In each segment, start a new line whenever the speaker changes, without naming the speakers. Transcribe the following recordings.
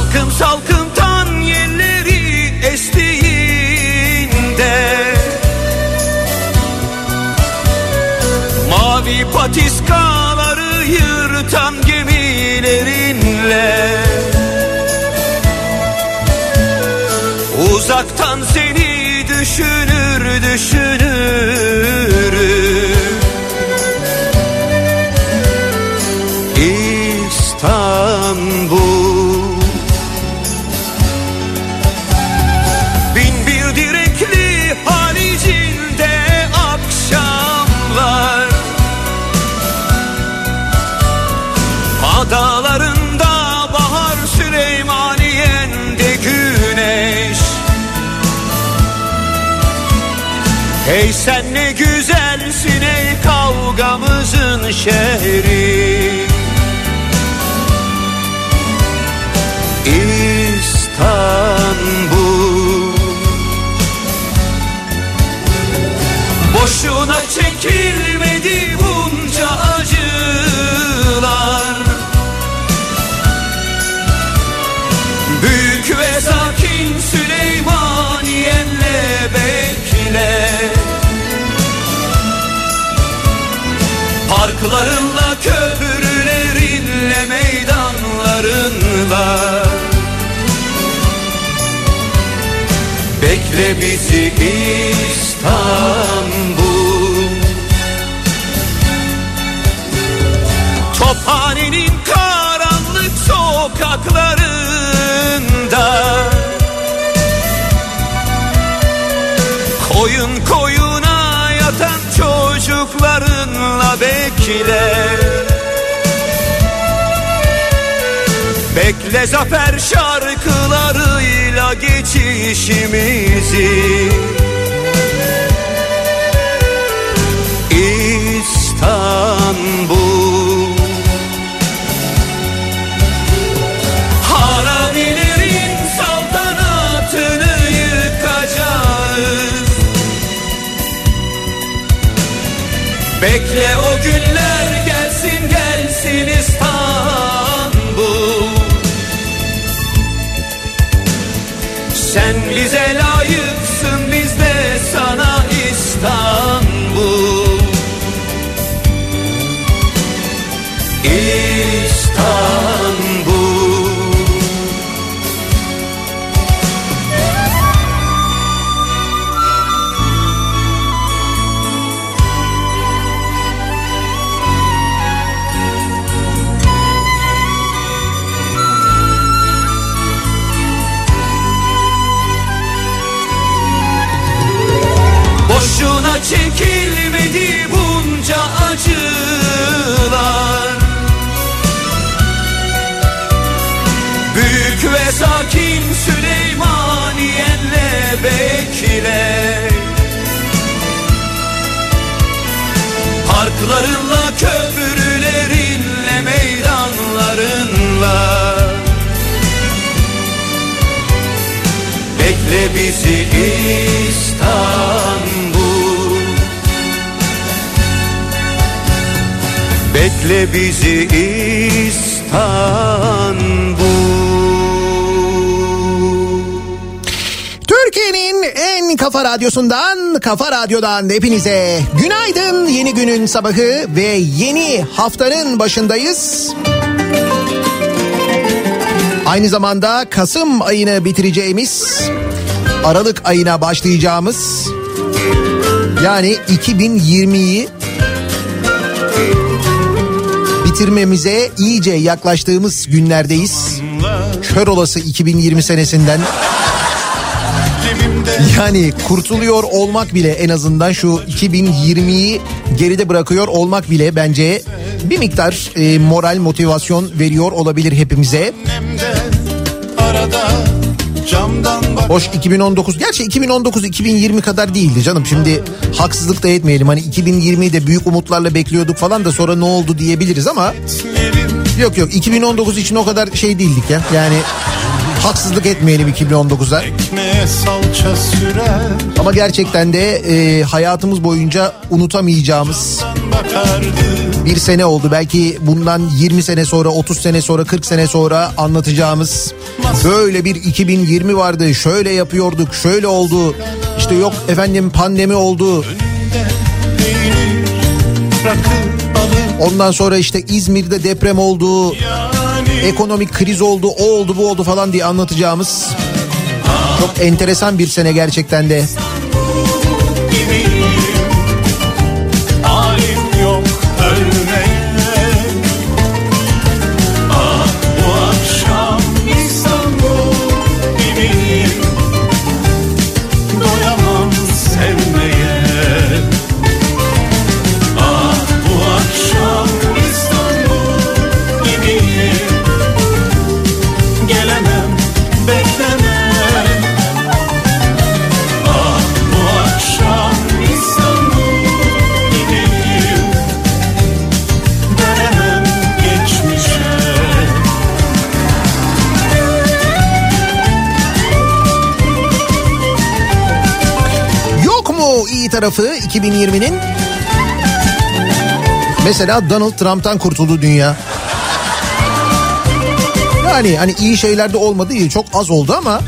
Salkım salkım tan yelleri estiğinde, mavi patiskaları yırtan gemilerinle, uzaktan seni düşünür düşünürüm. İstanbul, bin bir direkli haricinde akşamlar, adalarında bahar, Süleymaniye'nde güneş. Hey sen ne güzelsin ey kavgamızın şehri. İstanbul, boşuna çekilmedi bunca acılar. Büyük ve sakin Süleymaniye'nle bekle. Parklarınla, köprülerinle, meydanlarınla bekle bizi İstanbul. Tophane'nin karanlık sokaklarında koyun koyuna yatan çocuklarınla bekle. Bekle zafer şarkılarıyla geçişimizi. İstanbul, haramilerin saltanatını yıkacağız. Bekle o günler gelsin gelsin İstanbul. Sen bize layıksın, biz de sana İstanbul. İstanbul, boşuna çekilmedi bunca acılar. Büyük ve sakin Süleymaniye'nle bekle. Parklarınla, köprülerinle, meydanlarınla bekle bizi İstanbul. Bekle bizi İstanbul.
Türkiye'nin en kafa radyosundan, Kafa Radyo'dan hepinize günaydın. Yeni günün sabahı ve yeni haftanın başındayız. Aynı zamanda Kasım ayını bitireceğimiz, Aralık ayına başlayacağımız, yani 2020'yi bitirmemize iyice yaklaştığımız günlerdeyiz. Kör olası 2020 senesinden. Yani kurtuluyor olmak bile, en azından şu 2020'yi geride bırakıyor olmak bile bence bir miktar moral, motivasyon veriyor olabilir hepimize. Hoş 2019, gerçi 2019 2020 kadar değildi canım, şimdi haksızlık da etmeyelim, hani 2020'yi de büyük umutlarla bekliyorduk falan da sonra ne oldu diyebiliriz ama yok 2019 için o kadar şey değildik ya, yani haksızlık etmeyelim 2019'a. Ama gerçekten de hayatımız boyunca unutamayacağımız, bir sene oldu. Belki bundan 20 sene sonra, 30 sene sonra, 40 sene sonra anlatacağımız böyle bir 2020 vardı. Şöyle yapıyorduk, şöyle oldu. İşte yok efendim pandemi oldu. Ondan sonra işte İzmir'de deprem oldu. Ekonomik kriz oldu, o oldu, bu oldu falan diye anlatacağımız çok enteresan bir sene gerçekten de. İyi tarafı 2020'nin mesela Donald Trump'tan kurtuldu dünya. Yani hani iyi şeyler de olmadı, iyi çok az oldu ama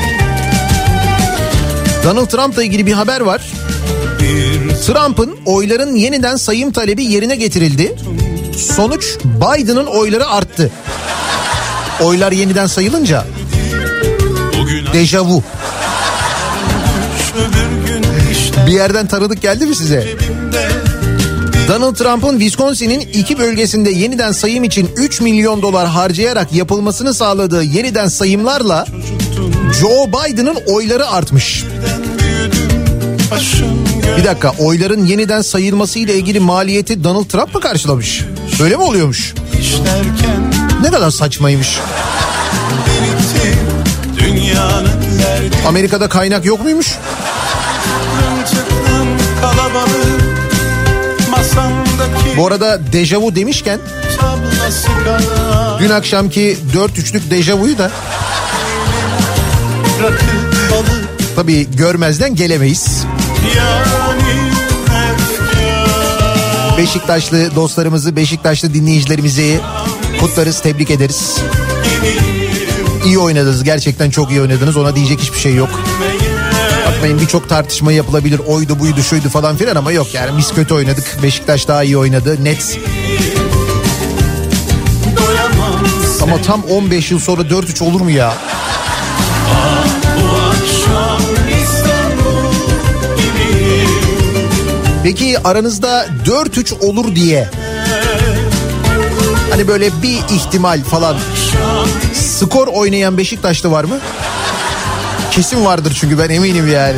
Donald Trump'la ilgili bir haber var. Trump'ın oyların yeniden sayım talebi yerine getirildi. Sonuç Biden'ın oyları arttı. Oylar yeniden sayılınca dejavu. Bir yerden tanıdık geldi mi size? Donald Trump'ın Wisconsin'in 2 bölgesinde yeniden sayım için 3 milyon dolar harcayarak yapılmasını sağladığı yeniden sayımlarla Joe Biden'ın oyları artmış. Bir dakika, oyların yeniden sayılması ile ilgili maliyeti Donald Trump mı karşılamış? Öyle mi oluyormuş? Ne kadar saçmaymış. Amerika'da kaynak yok muymuş? Bu arada dejavu demişken dün akşamki 4-3'lük dejavuyu da tabii görmezden gelemeyiz. Beşiktaşlı dostlarımızı, Beşiktaşlı dinleyicilerimizi kutlarız, tebrik ederiz. İyi oynadınız, gerçekten çok iyi oynadınız, ona diyecek hiçbir şey yok. Bakmayın, birçok tartışma yapılabilir, oydu buydu şuydu falan filan ama yok yani, biz kötü oynadık, Beşiktaş daha iyi oynadı, net. Ama tam 15 yıl sonra 4-3 olur mu ya? Peki aranızda 4-3 olur diye hani böyle bir ihtimal falan skor oynayan Beşiktaşlı var mı? Kesin vardır çünkü ben eminim yani.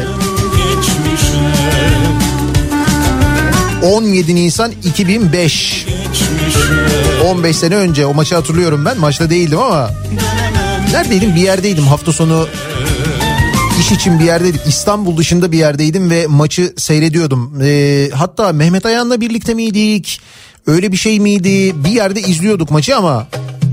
17 Nisan 2005. 15 sene önce o maçı hatırlıyorum ben. Maçta değildim ama neredeydim? Bir yerdeydim hafta sonu. İş için bir yerdeydim. İstanbul dışında bir yerdeydim ve maçı seyrediyordum. Hatta Mehmet Ayan'la birlikte miydik? Öyle bir şey miydi? Bir yerde izliyorduk maçı ama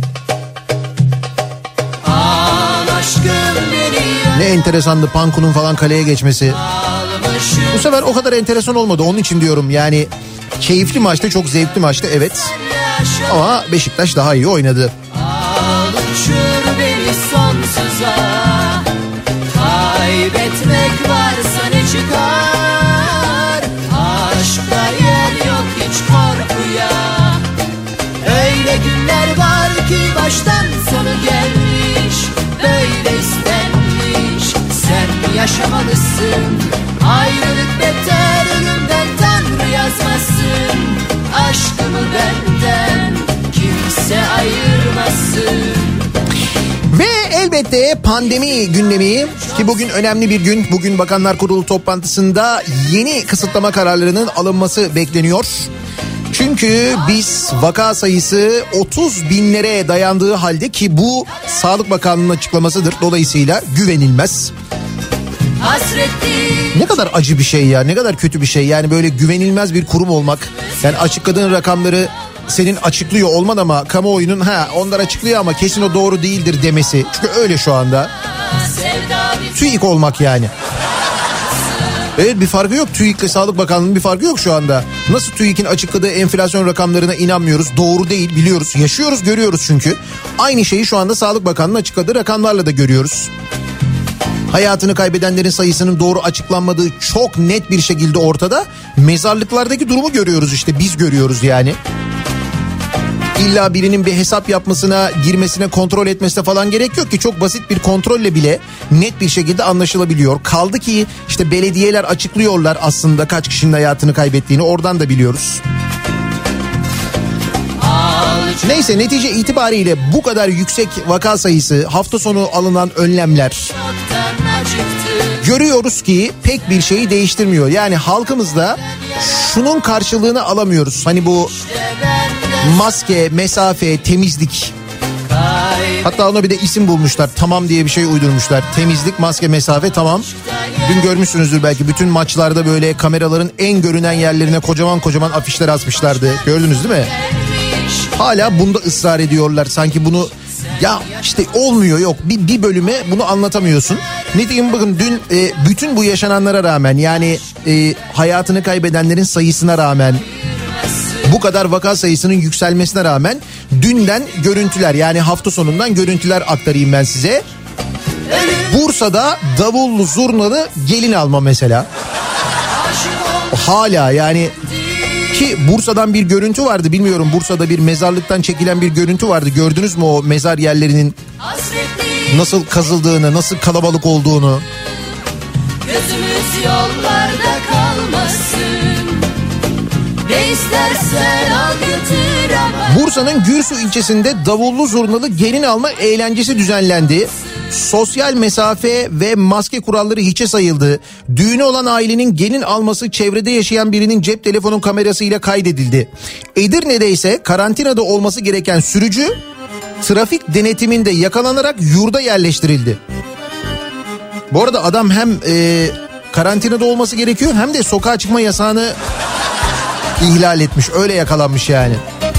ne enteresandı Panku'nun falan kaleye geçmesi. Bu sefer o kadar enteresan olmadı. Onun için diyorum yani, keyifli maçtı, çok zevkli maçtı evet. Ama Beşiktaş daha iyi oynadı.
Alışır beni sonsuza, kaybetmek varsa ne çıkar? Aşkta yer yok hiç korkuya. Öyle günler var ki baştan sonu gelmiş, böyle istenmiş. Sen yaşamalısın, ayrılık beter, ölümden Tanrı yazmasın. Aşkımı benden kimse ayırmasın.
Ve elbette pandemi gündemi, ki bugün önemli bir gün. Bugün Bakanlar Kurulu toplantısında yeni kısıtlama kararlarının alınması bekleniyor. Çünkü biz vaka sayısı 30 binlere dayandığı halde, ki bu Sağlık Bakanlığı'nın açıklamasıdır, dolayısıyla güvenilmez. Ne kadar acı bir şey ya, ne kadar kötü bir şey yani, böyle güvenilmez bir kurum olmak. Yani açıkladığın rakamları senin açıklıyor olman ama kamuoyunun onlar açıklıyor ama kesin o doğru değildir demesi. Çünkü öyle şu anda. TÜİK olmak yani. Evet, bir farkı yok. TÜİK'le Sağlık Bakanlığı'nın bir farkı yok şu anda. Nasıl TÜİK'in açıkladığı enflasyon rakamlarına inanmıyoruz? Doğru değil, biliyoruz. Yaşıyoruz, görüyoruz çünkü. Aynı şeyi şu anda Sağlık Bakanlığı'nın açıkladığı rakamlarla da görüyoruz. Hayatını kaybedenlerin sayısının doğru açıklanmadığı çok net bir şekilde ortada. Mezarlıklardaki durumu görüyoruz işte, biz görüyoruz yani. İlla birinin bir hesap yapmasına, girmesine, kontrol etmesine falan gerek yok ki. Çok basit bir kontrolle bile net bir şekilde anlaşılabiliyor. Kaldı ki işte belediyeler açıklıyorlar aslında kaç kişinin hayatını kaybettiğini, oradan da biliyoruz. Neyse, netice itibariyle bu kadar yüksek vaka sayısı, hafta sonu alınan önlemler, görüyoruz ki pek bir şeyi değiştirmiyor. Yani halkımızda şunun karşılığını alamıyoruz. Hani bu maske, mesafe, temizlik. Hatta ona bir de isim bulmuşlar. Tamam diye bir şey uydurmuşlar. Temizlik, maske, mesafe, tamam. Dün görmüşsünüzdür belki, bütün maçlarda böyle kameraların en görünen yerlerine kocaman kocaman afişler asmışlardı. Gördünüz değil mi? Hala bunda ısrar ediyorlar. Sanki bunu ya işte olmuyor, yok bir bölüme bunu anlatamıyorsun. Ne diyeyim, bakın dün bütün bu yaşananlara rağmen, yani hayatını kaybedenlerin sayısına rağmen, bu kadar vaka sayısının yükselmesine rağmen dünden görüntüler, yani hafta sonundan görüntüler aktarayım ben size. Bursa'da davullu zurnalı gelin alma mesela. Hala yani, ki Bursa'dan bir görüntü vardı, bilmiyorum, Bursa'da bir mezarlıktan çekilen bir görüntü vardı. Gördünüz mü o mezar yerlerinin nasıl kazıldığını, nasıl kalabalık olduğunu?
Gözümüz yollarda kalmasın. Ne istersen al götür ama.
Bursa'nın Gürsu ilçesinde davullu zurnalı gelin alma eğlencesi düzenlendi. Sosyal mesafe ve maske kuralları hiçe sayıldı. Düğünü olan ailenin gelin alması çevrede yaşayan birinin cep telefonun kamerasıyla kaydedildi. Edirne'de ise karantinada olması gereken sürücü trafik denetiminde yakalanarak yurda yerleştirildi. Bu arada adam hem karantinada olması gerekiyor hem de sokağa çıkma yasağını ihlal etmiş, öyle yakalanmış yani.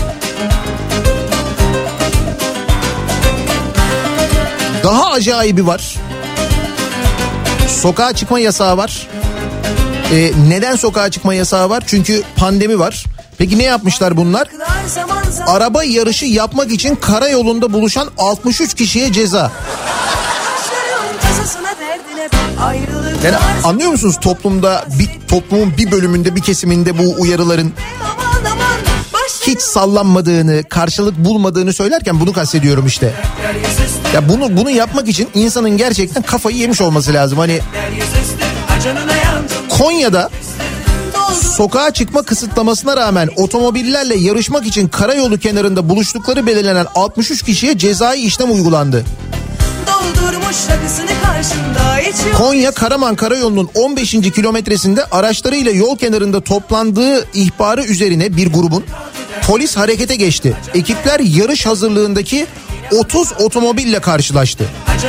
Daha acayibi var. Sokağa çıkma yasağı var. Neden sokağa çıkma yasağı var? Çünkü pandemi var. Peki ne yapmışlar bunlar? Araba yarışı yapmak için karayolunda buluşan 63 kişiye ceza. Yani anlıyor musunuz, toplumun bir bölümünde, bir kesiminde bu uyarıların hiç sallanmadığını, karşılık bulmadığını söylerken bunu kastediyorum işte. Ya bunu yapmak için insanın gerçekten kafayı yemiş olması lazım. Hani Konya'da sokağa çıkma kısıtlamasına rağmen otomobillerle yarışmak için karayolu kenarında buluştukları belirlenen 63 kişiye cezai işlem uygulandı. Konya Karaman Karayolu'nun 15. kilometresinde araçlarıyla yol kenarında toplandığı ihbarı üzerine bir grubun polis harekete geçti. Ekipler yarış hazırlığındaki 30 otomobille karşılaştı.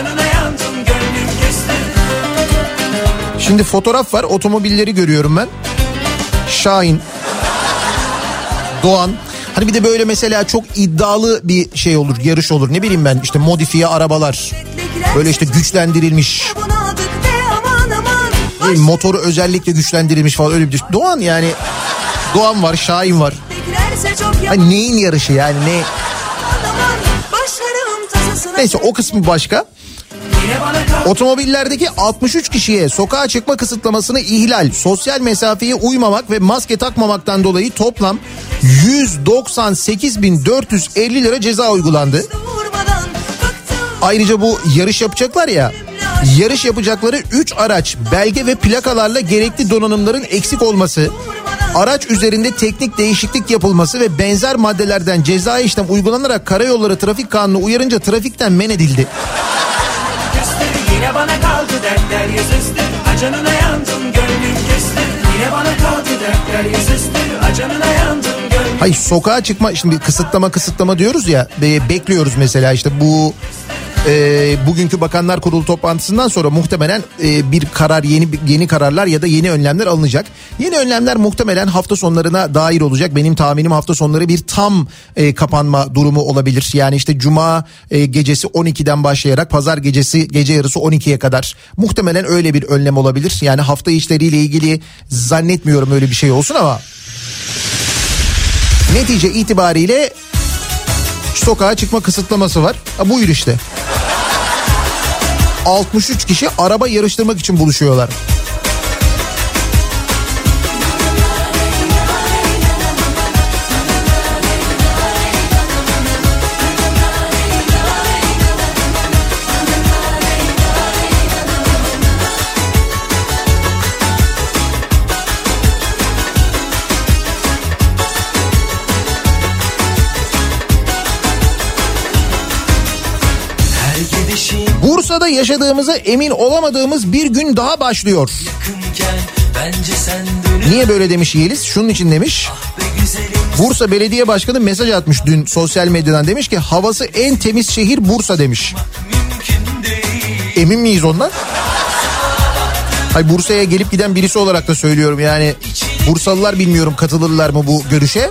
Şimdi fotoğraf var, otomobilleri görüyorum ben. Şahin, Doğan. Hani bir de böyle mesela çok iddialı bir şey olur, yarış olur. Ne bileyim ben, işte modifiye arabalar. Böyle işte güçlendirilmiş. Motoru özellikle güçlendirilmiş falan, öyle bir şey. Doğan yani. Doğan var, Şahin var. Hani neyin yarışı yani, ne? Neyse, o kısmı başka. Otomobillerdeki 63 kişiye sokağa çıkma kısıtlamasını ihlal, sosyal mesafeye uymamak ve maske takmamaktan dolayı toplam 198.450 lira ceza uygulandı. Ayrıca bu yarış yapacaklar ya, yarış yapacakları 3 araç, belge ve plakalarla gerekli donanımların eksik olması, araç üzerinde teknik değişiklik yapılması ve benzer maddelerden cezai işlem uygulanarak Karayolları Trafik Kanunu uyarınca trafikten men edildi. Yine bana kaldı dertler yüzüstü, acanına yandım gönlüm küstü. Yine bana kaldı dertler yüzüstü, acanına yandım gönlüm. Hayır, sokağa çıkma, şimdi kısıtlama diyoruz ya, bekliyoruz mesela işte bu bugünkü Bakanlar Kurulu toplantısından sonra muhtemelen bir karar, yeni kararlar ya da yeni önlemler alınacak. Yeni önlemler muhtemelen hafta sonlarına dair olacak. Benim tahminim hafta sonları bir tam kapanma durumu olabilir. Yani işte cuma gecesi 12'den başlayarak pazar gecesi gece yarısı 12'ye kadar muhtemelen öyle bir önlem olabilir. Yani hafta içleriyle ilgili zannetmiyorum öyle bir şey olsun ama netice itibariyle sokağa çıkma kısıtlaması var. Buyur işte. 63 kişi araba yarıştırmak için buluşuyorlar. Bursa'da yaşadığımıza emin olamadığımız bir gün daha başlıyor. Niye böyle demiş Yeliz? Şunun için demiş. Bursa Belediye Başkanı mesaj atmış dün sosyal medyadan, demiş ki havası en temiz şehir Bursa demiş. Emin miyiz ondan? Hayır, Bursa'ya gelip giden birisi olarak da söylüyorum yani. Bursalılar bilmiyorum katılırlar mı bu görüşe?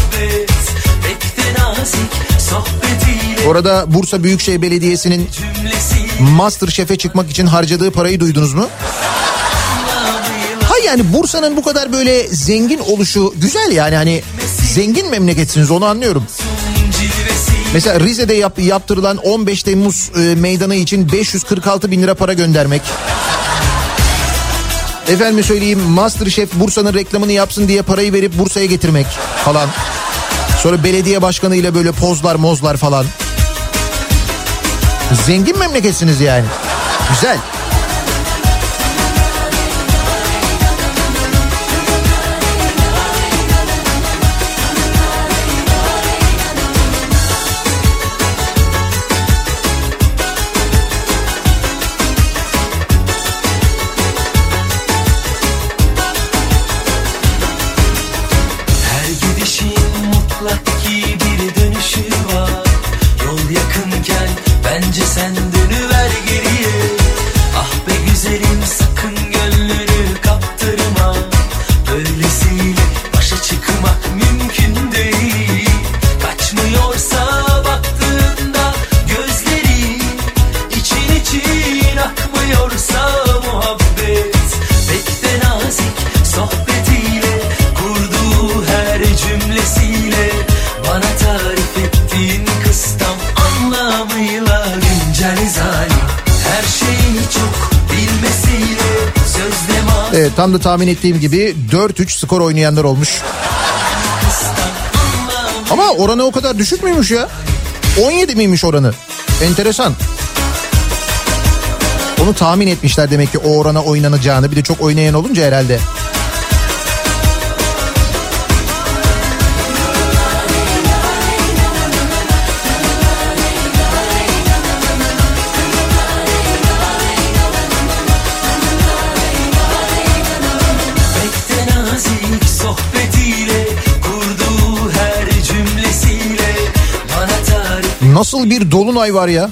Orada Bursa Büyükşehir Belediyesi'nin MasterChef'e çıkmak için harcadığı parayı duydunuz mu? Hayır, yani Bursa'nın bu kadar böyle zengin oluşu güzel yani, hani zengin memleketsiniz, onu anlıyorum. Mesela Rize'de yaptırılan 15 Temmuz meydanı için 546 bin lira para göndermek. Efendim söyleyeyim, MasterChef Bursa'nın reklamını yapsın diye parayı verip Bursa'ya getirmek falan. Sonra belediye başkanıyla böyle pozlar mozlar falan. Zengin memleketsiniz yani. Güzel. Evet, tam da tahmin ettiğim gibi 4-3 skor oynayanlar olmuş. Ama oranı o kadar düşük müymüş ya? 17 miymiş oranı? Enteresan. Onu tahmin etmişler demek ki, o orana oynanacağını. Bir de çok oynayan olunca herhalde. Nasıl bir dolunay var ya?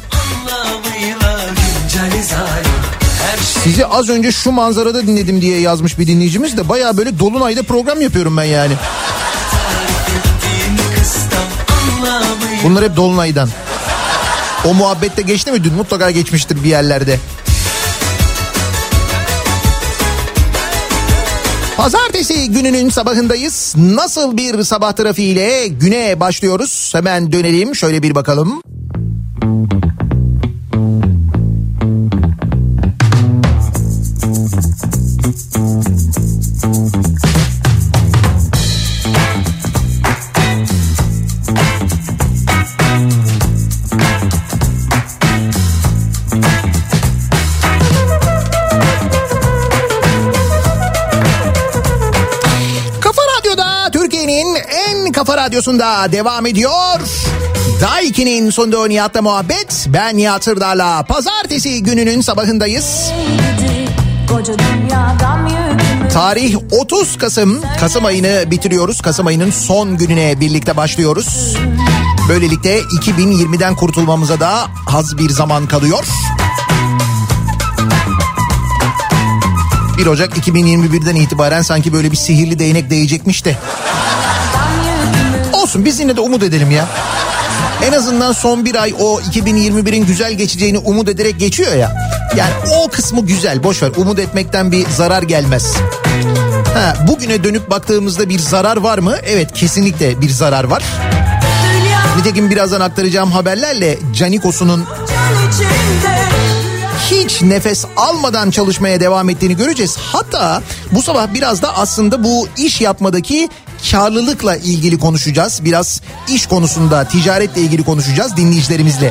Sizi az önce şu manzarada dinledim diye yazmış bir dinleyicimiz de, bayağı böyle dolunayda program yapıyorum ben yani. Bunlar hep dolunaydan. O muhabbette geçti mi dün? Mutlaka geçmiştir bir yerlerde. Pazartesi gününün sabahındayız. Nasıl bir sabah trafiğiyle güne başlıyoruz? Hemen dönelim, şöyle bir bakalım. Kafa Radyosu'nda devam ediyor. Daiki'nin sonunda Nihat'la muhabbet. Ben Nihat Sırdar'la pazartesi gününün sabahındayız. Tarih 30 Kasım. Kasım ayını bitiriyoruz. Kasım ayının son gününe birlikte başlıyoruz. Böylelikle 2020'den kurtulmamıza da az bir zaman kalıyor. 1 Ocak 2021'den itibaren sanki böyle bir sihirli değnek değecekmiş de. Olsun, biz yine de umut edelim ya. En azından son bir ay o 2021'in güzel geçeceğini umut ederek geçiyor ya. Yani o kısmı güzel, boş ver, umut etmekten bir zarar gelmez. Bugüne dönüp baktığımızda bir zarar var mı? Evet, kesinlikle bir zarar var. Nitekim birazdan aktaracağım haberlerle Canikos'un hiç nefes almadan çalışmaya devam ettiğini göreceğiz. Hatta bu sabah biraz da aslında bu iş yapmadaki karlılıkla ilgili konuşacağız. Biraz iş konusunda, ticaretle ilgili konuşacağız dinleyicilerimizle.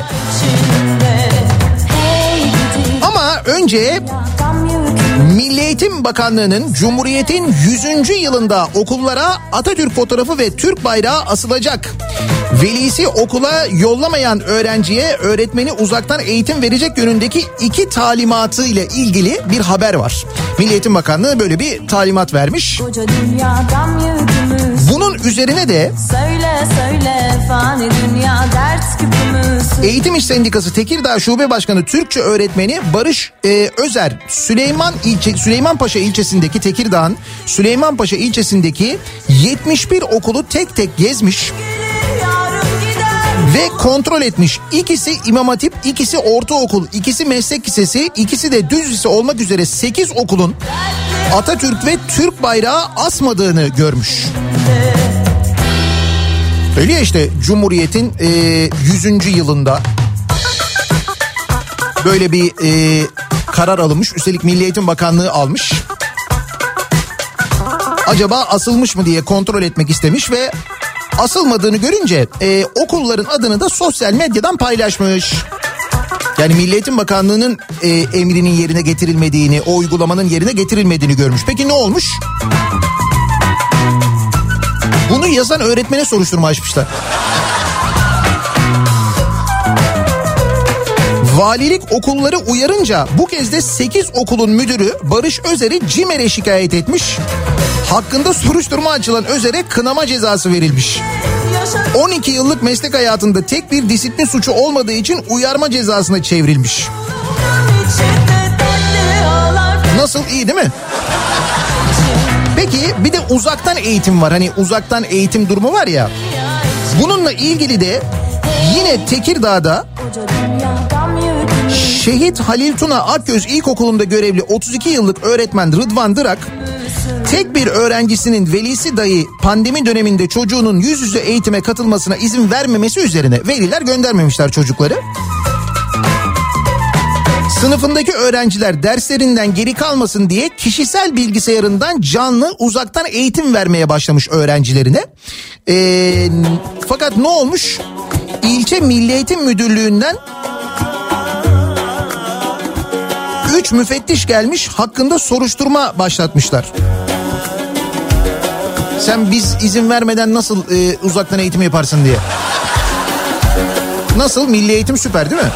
Ama önce Milli Eğitim Bakanlığı'nın Cumhuriyet'in 100. yılında okullara Atatürk fotoğrafı ve Türk bayrağı asılacak. Velisi okula yollamayan öğrenciye öğretmeni uzaktan eğitim verecek yönündeki 2 talimatı ile ilgili bir haber var. Milli Eğitim Bakanlığı böyle bir talimat vermiş. Bunun üzerine de Eğitim İş Sendikası Tekirdağ Şube Başkanı Türkçe öğretmeni Barış Özer Süleymanpaşa ilçesindeki Tekirdağ'ın Süleymanpaşa ilçesindeki 71 okulu tek tek gezmiş ve kontrol etmiş. İkisi İmam Hatip, ikisi ortaokul, ikisi meslek lisesi, ikisi de düz lise olmak üzere 8 okulun Atatürk ve Türk bayrağı asmadığını görmüş. Öyle ya, işte Cumhuriyet'in 100. yılında böyle bir karar alınmış. Üstelik Milli Eğitim Bakanlığı almış. Acaba asılmış mı diye kontrol etmek istemiş ve asılmadığını görünce okulların adını da sosyal medyadan paylaşmış. Yani Milli Eğitim Bakanlığı'nın emrinin yerine getirilmediğini, o uygulamanın yerine getirilmediğini görmüş. Peki ne olmuş? Bunu yazan öğretmene soruşturma açmışlar. Valilik okulları uyarınca bu kez de 8 okulun müdürü Barış Özer'i CİMER'e şikayet etmiş. Hakkında soruşturma açılan Özer'e kınama cezası verilmiş. 12 yıllık meslek hayatında tek bir disiplin suçu olmadığı için uyarma cezasına çevrilmiş. Nasıl, iyi değil mi? Peki bir de uzaktan eğitim var. Hani uzaktan eğitim durumu var ya. Bununla ilgili de yine Tekirdağ'da Şehit Halil Tuna Akgöz İlkokulu'nda görevli 32 yıllık öğretmen Rıdvan Dırak, tek bir öğrencisinin velisi dahi pandemi döneminde çocuğunun yüz yüze eğitime katılmasına izin vermemesi üzerine veliler göndermemişler çocukları. Sınıfındaki öğrenciler derslerinden geri kalmasın diye kişisel bilgisayarından canlı uzaktan eğitim vermeye başlamış öğrencilerine. Fakat ne olmuş? İlçe Milli Eğitim Müdürlüğü'nden 3 müfettiş gelmiş, hakkında soruşturma başlatmışlar. Sen biz izin vermeden nasıl uzaktan eğitim yaparsın diye. Nasıl? Milli eğitim süper değil mi?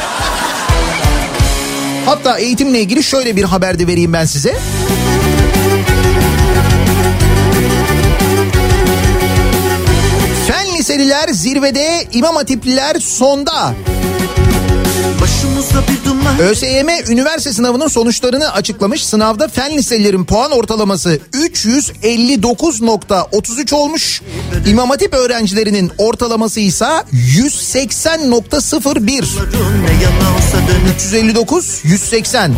Hatta eğitimle ilgili şöyle bir haber de vereyim ben size. Fen liseliler zirvede, İmam Hatipliler sonda. ÖSYM üniversite sınavının sonuçlarını açıklamış. Sınavda fen liselilerin puan ortalaması 359.33 olmuş. İmam Hatip öğrencilerinin ortalaması ise 180.01. 359, 180.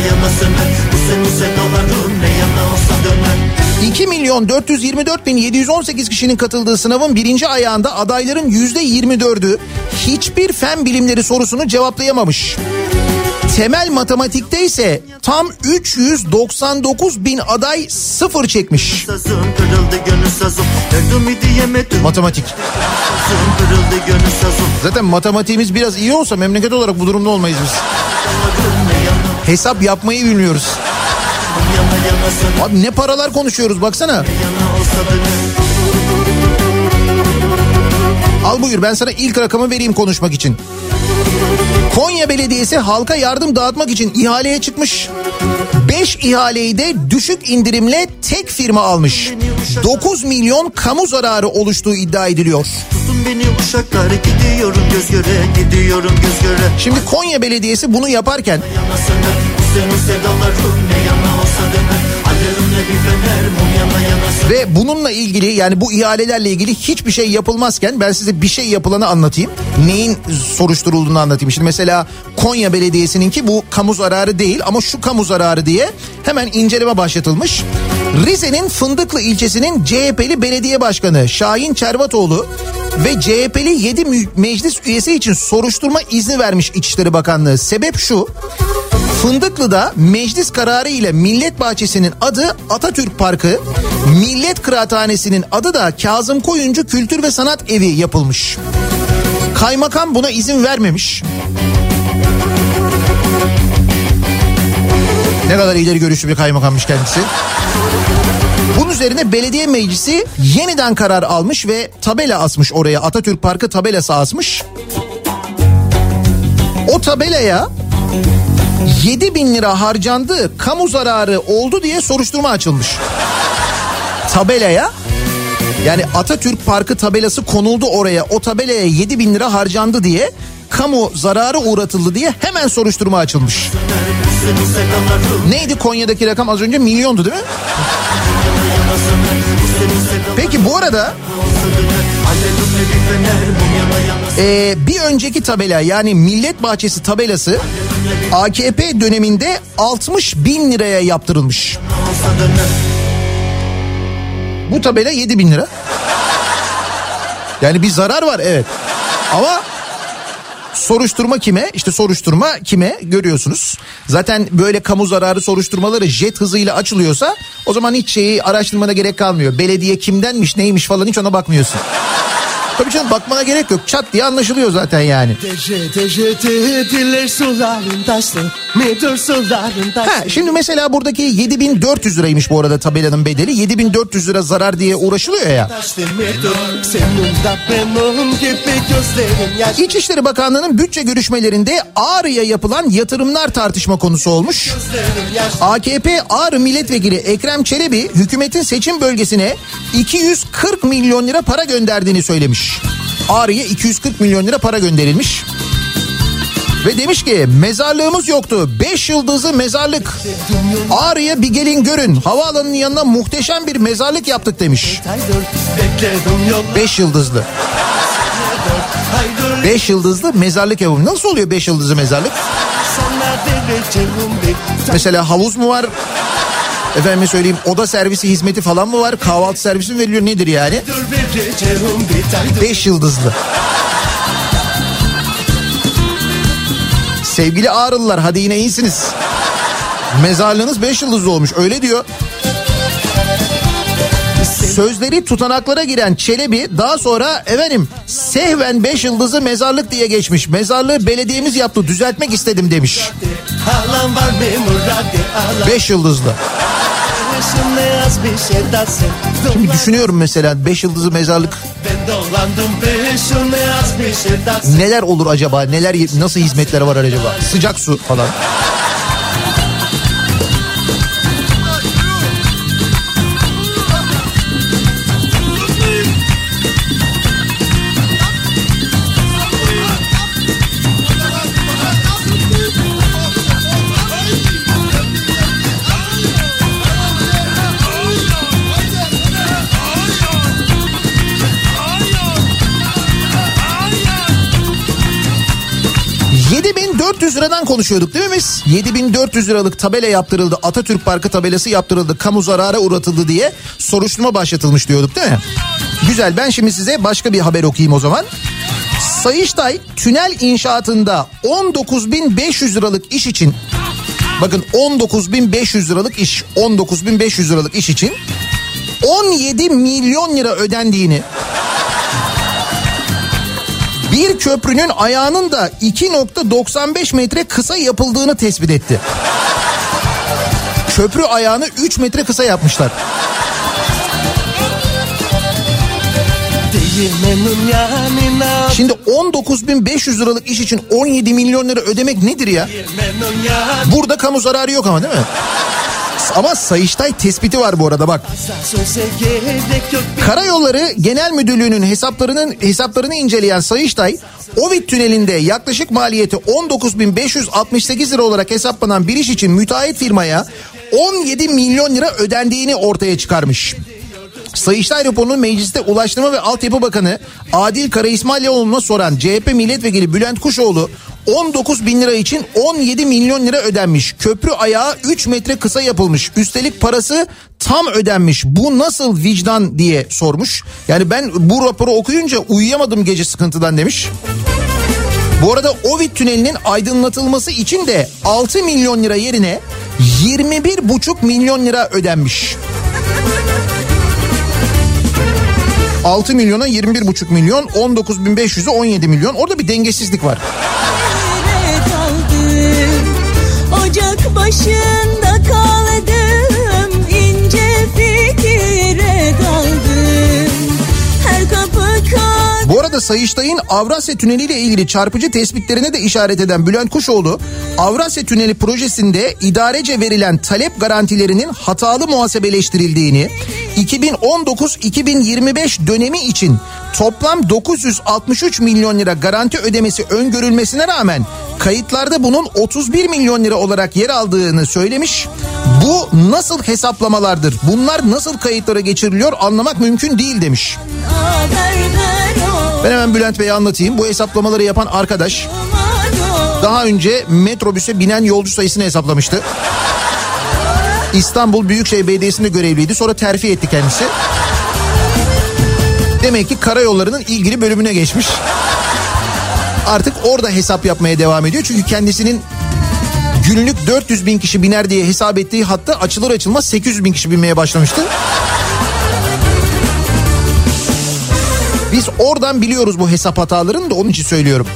2.424.718 kişinin katıldığı sınavın birinci ayağında adayların %24'ü hiçbir fen bilimleri sorusunu cevaplayamamış. Temel matematikte ise tam 399.000 aday 0 çekmiş. Matematik. Zaten matematiğimiz biraz iyi olsa memleket olarak bu durumda olmayız biz. Hesap yapmayı bilmiyoruz. Abi ne paralar konuşuyoruz baksana. Al buyur, ben sana ilk rakamı vereyim konuşmak için. Konya Belediyesi halka yardım dağıtmak için ihaleye çıkmış. 5 ihaleyi de düşük indirimle tek firma almış. 9 milyon kamu zararı oluştuğu iddia ediliyor.
beni uşaklar, gidiyorum göz göre, gidiyorum göz göre.
Şimdi Konya Belediyesi bunu yaparken
Yanasını, senin sevdalarım ne yana olsa deme. Alevimle bir fener, mum yana yanasın.
ve bununla ilgili, yani bu ihalelerle ilgili hiçbir şey yapılmazken ben size bir şey yapılanı anlatayım. Neyin soruşturulduğunu anlatayım. Şimdi mesela Konya Belediyesi'ninki bu kamu zararı değil ama şu kamu zararı diye hemen inceleme başlatılmış. Rize'nin Fındıklı ilçesinin CHP'li belediye başkanı Şahin Çervatoğlu ve CHP'li 7 meclis üyesi için soruşturma izni vermiş İçişleri Bakanlığı. Sebep şu: Fındıklı'da meclis kararı ile Millet Bahçesi'nin adı Atatürk Parkı, Millet Kıraathanesi'nin adı da Kazım Koyuncu Kültür ve Sanat Evi yapılmış. Kaymakam buna izin vermemiş. Ne kadar ileri görüşlü bir kaymakammış kendisi. Bunun üzerine belediye meclisi yeniden karar almış ve tabela asmış oraya. Atatürk Parkı tabelası asmış. O tabelaya 7.000 lira harcandı, kamu zararı oldu diye soruşturma açılmış. Tabelaya, yani Atatürk Parkı tabelası konuldu oraya, o tabelaya 7.000 lira harcandı diye, kamu zararı uğratıldı diye hemen soruşturma açılmış. Neydi Konya'daki rakam, az önce milyondu değil mi? Peki bu arada bir önceki tabela, yani Millet Bahçesi tabelası AKP döneminde 60.000 liraya yaptırılmış. Bu tabela 7.000 lira. Yani bir zarar var, evet. Ama soruşturma kime? İşte soruşturma kime görüyorsunuz. Zaten böyle kamu zararı soruşturmaları jet hızıyla açılıyorsa o zaman hiç şeyi araştırmana gerek kalmıyor. Belediye kimdenmiş, neymiş falan, hiç ona bakmıyorsun. Tabii canım, bakmana gerek yok. Çat diye anlaşılıyor zaten yani. Şimdi mesela buradaki 7.400 liraymış bu arada tabelanın bedeli. 7.400 lira zarar diye uğraşılıyor ya. İçişleri Bakanlığı'nın bütçe görüşmelerinde Ağrı'ya yapılan yatırımlar tartışma konusu olmuş. AKP Ağrı Milletvekili Ekrem Çelebi hükümetin seçim bölgesine 240 milyon lira para gönderdiğini söylemiş. Ağrı'ya 240 milyon lira para gönderilmiş. Ve demiş ki mezarlığımız yoktu. 5 yıldızlı mezarlık. Ağrı'ya bir gelin görün. Havaalanının yanına muhteşem bir mezarlık yaptık demiş. 5 yıldızlı. 5 yıldızlı mezarlık yapımı. Nasıl oluyor 5 yıldızlı mezarlık? Mesela havuz mu var? Efendime söyleyeyim, oda servisi hizmeti falan mı var? Kahvaltı servisi mi veriliyor, nedir yani? 5 yıldızlı. Sevgili Ağrılılar, hadi yine iyisiniz. Mezarlığınız 5 yıldızlı olmuş, öyle diyor. Sözleri tutanaklara giren Çelebi daha sonra efendim sehven 5 yıldızlı mezarlık diye geçmiş. Mezarlığı belediyemiz yaptı, düzeltmek istedim demiş. 5 yıldızlı. Şimdi düşünüyorum mesela 5 yıldızlı mezarlık. Neler olur acaba? Neler, nasıl hizmetler var acaba? Sıcak su falan. Liradan konuşuyorduk değil mi biz? 7.400 liralık tabela yaptırıldı. Atatürk Parkı tabelası yaptırıldı. Kamu zarara uğratıldı diye soruşturma başlatılmış diyorduk değil mi? Güzel, ben şimdi size başka bir haber okuyayım o zaman. Sayıştay tünel inşaatında 19.500 liralık iş için, bakın 19.500 liralık iş, 19.500 liralık iş için 17 milyon lira ödendiğini, bir köprünün ayağının da 2.95 metre kısa yapıldığını tespit etti. Köprü ayağını 3 metre kısa yapmışlar. Şimdi 19.500 liralık iş için 17 milyon lira ödemek nedir ya? Burada kamu zararı yok ama değil mi? Ama Sayıştay tespiti var bu arada bak. Karayolları Genel Müdürlüğü'nün hesaplarını inceleyen Sayıştay, Ovid Tüneli'nde yaklaşık maliyeti 19.568 lira olarak hesaplanan bir iş için müteahhit firmaya 17 milyon lira ödendiğini ortaya çıkarmış. Sayıştay raporunun mecliste Ulaştırma ve Altyapı Bakanı Adil Karaismailioğlu'na soran CHP Milletvekili Bülent Kuşoğlu, 19 bin lira için 17 milyon lira ödenmiş. Köprü ayağı 3 metre kısa yapılmış. Üstelik parası tam ödenmiş. Bu nasıl vicdan diye sormuş. Yani ben bu raporu okuyunca uyuyamadım gece sıkıntıdan demiş. Bu arada Ovid Tüneli'nin aydınlatılması için de 6 milyon lira yerine 21,5 milyon lira ödenmiş. 6 milyona 21,5 milyon, 19.500'e 17 milyon. Orada bir dengesizlik var.
Ocak başında kaldım, ince fikire daldım. Her kapı
Bu arada Sayıştay'ın Avrasya Tüneli ile ilgili çarpıcı tespitlerine de işaret eden Bülent Kuşoğlu, Avrasya Tüneli projesinde idarece verilen talep garantilerinin hatalı muhasebeleştirildiğini, 2019-2025 dönemi için toplam 963 milyon lira garanti ödemesi öngörülmesine rağmen kayıtlarda bunun 31 milyon lira olarak yer aldığını söylemiş. Bu nasıl hesaplamalardır? Bunlar nasıl kayıtlara geçiriliyor anlamak mümkün değil demiş. Ben hemen Bülent Bey'e anlatayım. Bu hesaplamaları yapan arkadaş daha önce metrobüse binen yolcu sayısını hesaplamıştı. İstanbul Büyükşehir Belediyesi'nde görevliydi. Sonra terfi etti kendisi. Demek ki karayollarının ilgili bölümüne geçmiş. Artık orada hesap yapmaya devam ediyor. Çünkü kendisinin günlük 400 bin kişi biner diye hesap ettiği hatta açılır açılmaz 800 bin kişi binmeye başlamıştı. Biz oradan biliyoruz bu hesap hatalarını da onun için söylüyorum.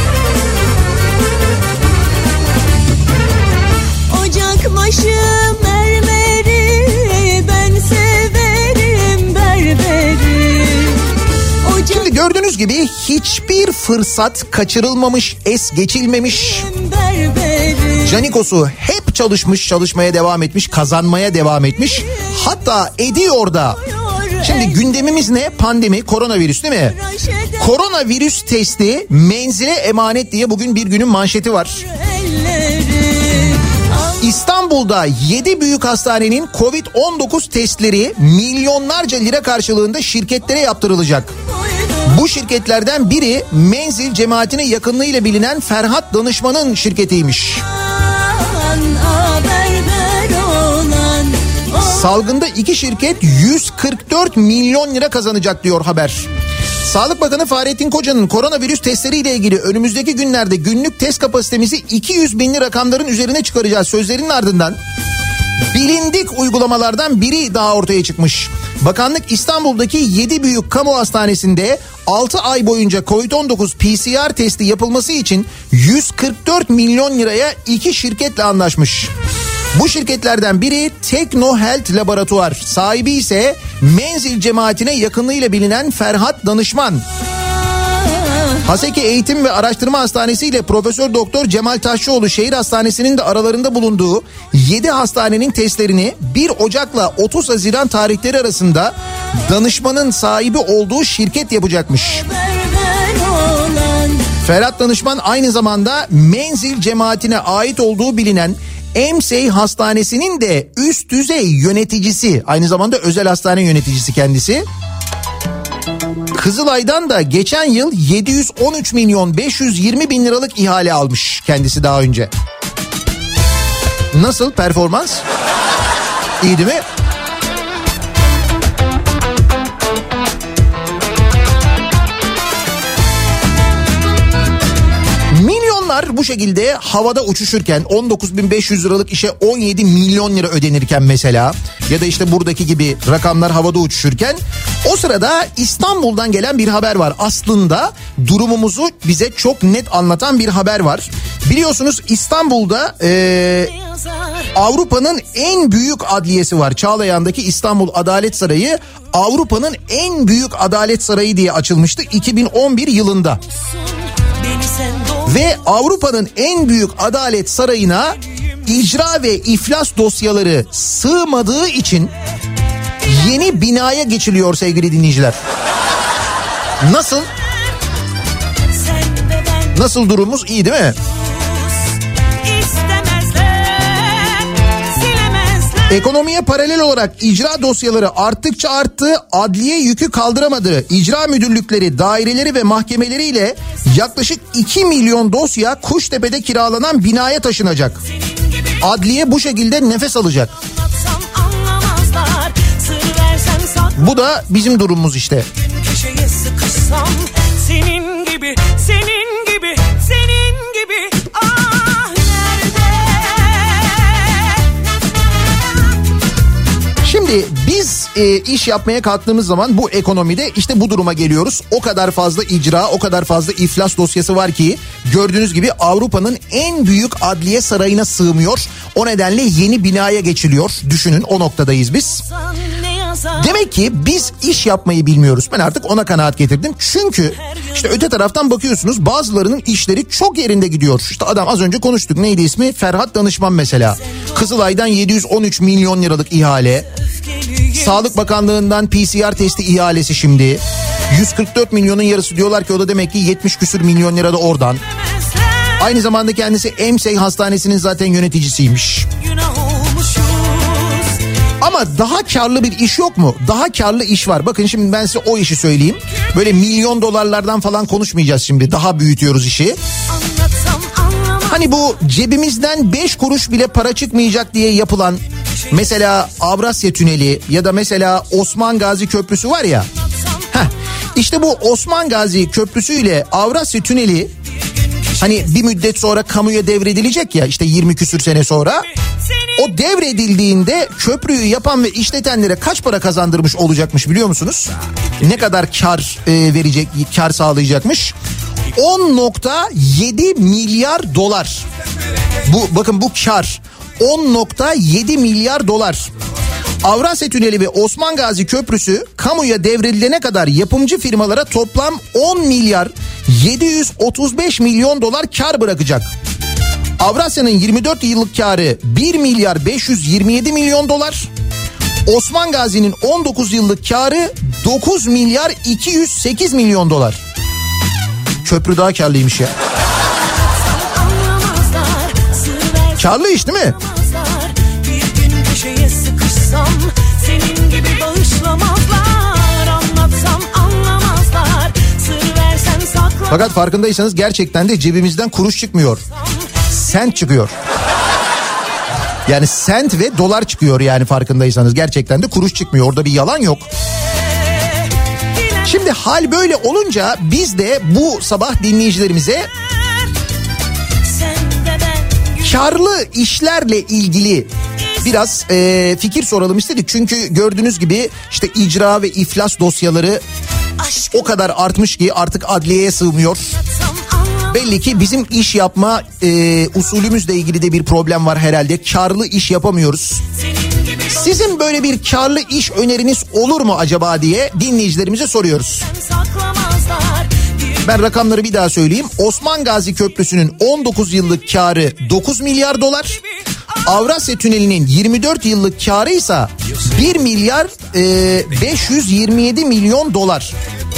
Ocak başı mermeri, ben severim berberi.
Şimdi gördüğünüz gibi hiçbir fırsat kaçırılmamış, es geçilmemiş. Canikos'u hep çalışmış, çalışmaya devam etmiş, kazanmaya devam etmiş. Hatta ediyor da. Şimdi gündemimiz ne? Pandemi, koronavirüs değil mi? Koronavirüs testi menzile emanet diye bugün bir günün manşeti var. İstanbul'da 7 büyük hastanenin Covid-19 testleri milyonlarca lira karşılığında şirketlere yaptırılacak. Bu şirketlerden biri Menzil cemaatine yakınlığıyla bilinen Ferhat Danışman'ın şirketiymiş. Salgında iki şirket 144 milyon lira kazanacak diyor haber. Sağlık Bakanı Fahrettin Koca'nın koronavirüs testleriyle ilgili önümüzdeki günlerde günlük test kapasitemizi 200 binli rakamların üzerine çıkaracağız sözlerinin ardından bilindik uygulamalardan biri daha ortaya çıkmış. Bakanlık İstanbul'daki 7 büyük kamu hastanesinde 6 ay boyunca Covid-19 PCR testi yapılması için 144 milyon liraya iki şirketle anlaşmış. Bu şirketlerden biri Tekno Health Laboratuvar, sahibi ise Menzil cemaatine yakınlığıyla bilinen Ferhat Danışman. Haseki Eğitim ve Araştırma Hastanesi ile Profesör Doktor Cemal Taşçıoğlu Şehir Hastanesi'nin de aralarında bulunduğu 7 hastanenin testlerini 1 Ocak'la 30 Haziran tarihleri arasında danışmanın sahibi olduğu şirket yapacakmış. Ferhat Danışman aynı zamanda Menzil cemaatine ait olduğu bilinen Emsey Hastanesi'nin de üst düzey yöneticisi, aynı zamanda özel hastane yöneticisi kendisi. Kızılay'dan da geçen yıl 713 milyon 520 bin liralık ihale almış kendisi daha önce. Nasıl performans? İyi değil mi? Milyonlar bu şekilde havada uçuşurken 19.500 liralık işe 17 milyon lira ödenirken mesela ya da işte buradaki gibi rakamlar havada uçuşurken o sırada İstanbul'dan gelen bir haber var. Aslında durumumuzu bize çok net anlatan bir haber var. Biliyorsunuz İstanbul'da Avrupa'nın en büyük adliyesi var. Çağlayan'daki İstanbul Adalet Sarayı Avrupa'nın en büyük adalet sarayı diye açılmıştı 2011 yılında. Ve Avrupa'nın en büyük adalet sarayına icra ve iflas dosyaları sığmadığı için yeni binaya geçiliyor sevgili dinleyiciler. Nasıl? Nasıl durumumuz, iyi değil mi? Ekonomiye paralel olarak icra dosyaları arttıkça arttı, adliye yükü kaldıramadı. İcra müdürlükleri, daireleri ve mahkemeleriyle yaklaşık 2 milyon dosya Kuştepe'de kiralanan binaya taşınacak. Adliye bu şekilde nefes alacak. Bu da bizim durumumuz işte. Senin gibi, senin gibi, senin gibi. Şimdi biz iş yapmaya kalktığımız zaman bu ekonomide işte bu duruma geliyoruz. O kadar fazla icra, o kadar fazla iflas dosyası var ki gördüğünüz gibi Avrupa'nın en büyük adliye sarayına sığmıyor. O nedenle yeni binaya geçiliyor. Düşünün, o noktadayız biz. Demek ki biz iş yapmayı bilmiyoruz. Ben artık ona kanaat getirdim. Çünkü işte öte taraftan bakıyorsunuz, bazılarının işleri çok yerinde gidiyor. İşte adam, az önce konuştuk, neydi ismi? Ferhat Danışman mesela. Kızılay'dan 713 milyon liralık ihale. Sağlık Bakanlığı'ndan PCR testi ihalesi şimdi. 144 milyonun yarısı diyorlar ki o da demek ki 70 küsür milyon lira da oradan. Aynı zamanda kendisi Emsey Hastanesi'nin zaten yöneticisiymiş. Ama daha karlı bir iş yok mu? Daha karlı iş var. Bakın şimdi ben size o işi söyleyeyim. Böyle milyon dolarlardan falan konuşmayacağız şimdi. Daha büyütüyoruz işi. Hani bu cebimizden 5 kuruş bile para çıkmayacak diye yapılan, mesela Avrasya Tüneli ya da mesela Osman Gazi Köprüsü var ya. İşte bu Osman Gazi Köprüsü ile Avrasya Tüneli hani bir müddet sonra kamuya devredilecek ya, işte 20 küsür sene sonra. O devredildiğinde köprüyü yapan ve işletenlere kaç para kazandırmış olacakmış biliyor musunuz? Ne kadar kar verecek, kar sağlayacakmış? 10.7 milyar dolar. Bakın bu kar 10.7 milyar dolar. Avrasya Tüneli ve Osman Gazi Köprüsü kamuya devredilene kadar yapımcı firmalara toplam 10 milyar 735 milyon dolar kar bırakacak. Avrasya'nın 24 yıllık karı 1 milyar 527 milyon dolar. Osman Gazi'nin 19 yıllık karı 9 milyar 208 milyon dolar. Köprü daha karlıymış ya. Karlı iş değil mi? Bir gün köşeye sıkışsam senin gibi bağışlamazlar. Anlatsam anlamazlar. Sır versen sakla. Fakat farkındaysanız gerçekten de cebimizden kuruş çıkmıyor. Sent çıkıyor. Yani sent ve dolar çıkıyor, yani farkındaysanız gerçekten de kuruş çıkmıyor. Orada bir yalan yok. Şimdi hal böyle olunca biz de bu sabah dinleyicilerimize karlı işlerle ilgili biraz fikir soralım istedik. Çünkü gördüğünüz gibi işte icra ve iflas dosyaları o kadar artmış ki artık adliyeye sığmıyor. Belli ki bizim iş yapma usulümüzle ilgili de bir problem var herhalde. Karlı iş yapamıyoruz. Sizin böyle bir karlı iş öneriniz olur mu acaba diye dinleyicilerimize soruyoruz. Ben rakamları bir daha söyleyeyim. Osman Gazi Köprüsü'nün 19 yıllık karı 9 milyar dolar. Avrasya Tüneli'nin 24 yıllık karı ise 1 milyar 527 milyon dolar.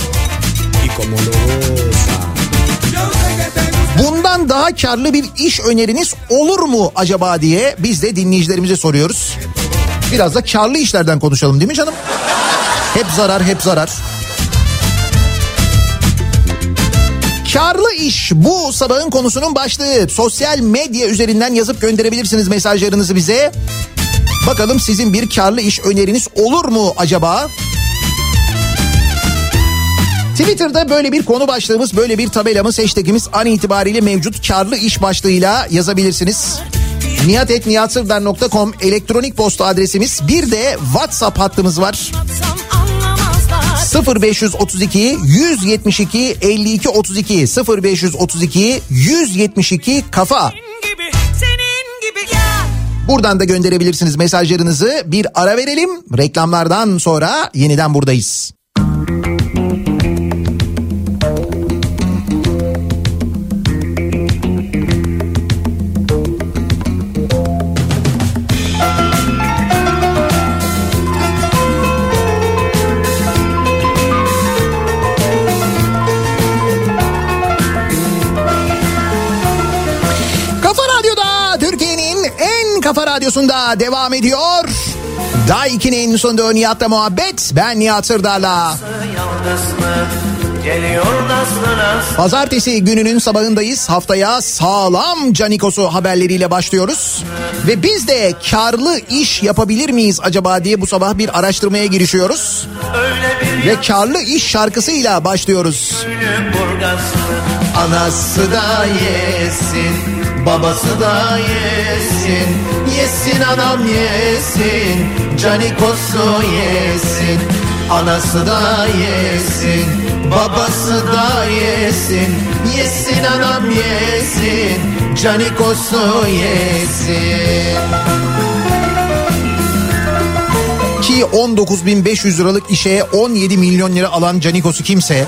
Bundan daha karlı bir iş öneriniz olur mu acaba diye biz de dinleyicilerimize soruyoruz. Biraz da karlı işlerden konuşalım değil mi canım? Hep zarar, hep zarar. Karlı iş bu sabahın konusunun başlığı. Sosyal medya üzerinden yazıp gönderebilirsiniz mesajlarınızı bize. Bakalım sizin bir karlı iş öneriniz olur mu acaba? Twitter'da böyle bir konu başlığımız, böyle bir tabelamız, hashtagimiz an itibariyle mevcut. Karlı iş başlığıyla yazabilirsiniz. nihat@nihatsırdar.com elektronik posta adresimiz. Bir de WhatsApp hattımız var. 0532 172 52 32 0532 172 kafa. Buradan da gönderebilirsiniz mesajlarınızı. Bir ara verelim. Reklamlardan sonra yeniden buradayız. Kafa Radyosu'nda devam ediyor. Day 2'nin sonunda Nihat'la muhabbet. Ben Nihat Sırdar'la. Pazartesi gününün sabahındayız. Haftaya sağlam canikosu haberleriyle başlıyoruz. Ve biz de karlı iş yapabilir miyiz acaba diye bu sabah bir araştırmaya girişiyoruz. Ve karlı iş şarkısıyla başlıyoruz.
Anası da yesin, babası da yesin, yesin anam yesin, canikosu yesin. Anası da yesin, babası da yesin, yesin anam yesin, canikosu yesin.
Ki 19.500 liralık işe 17 milyon lira alan canikosu kimse...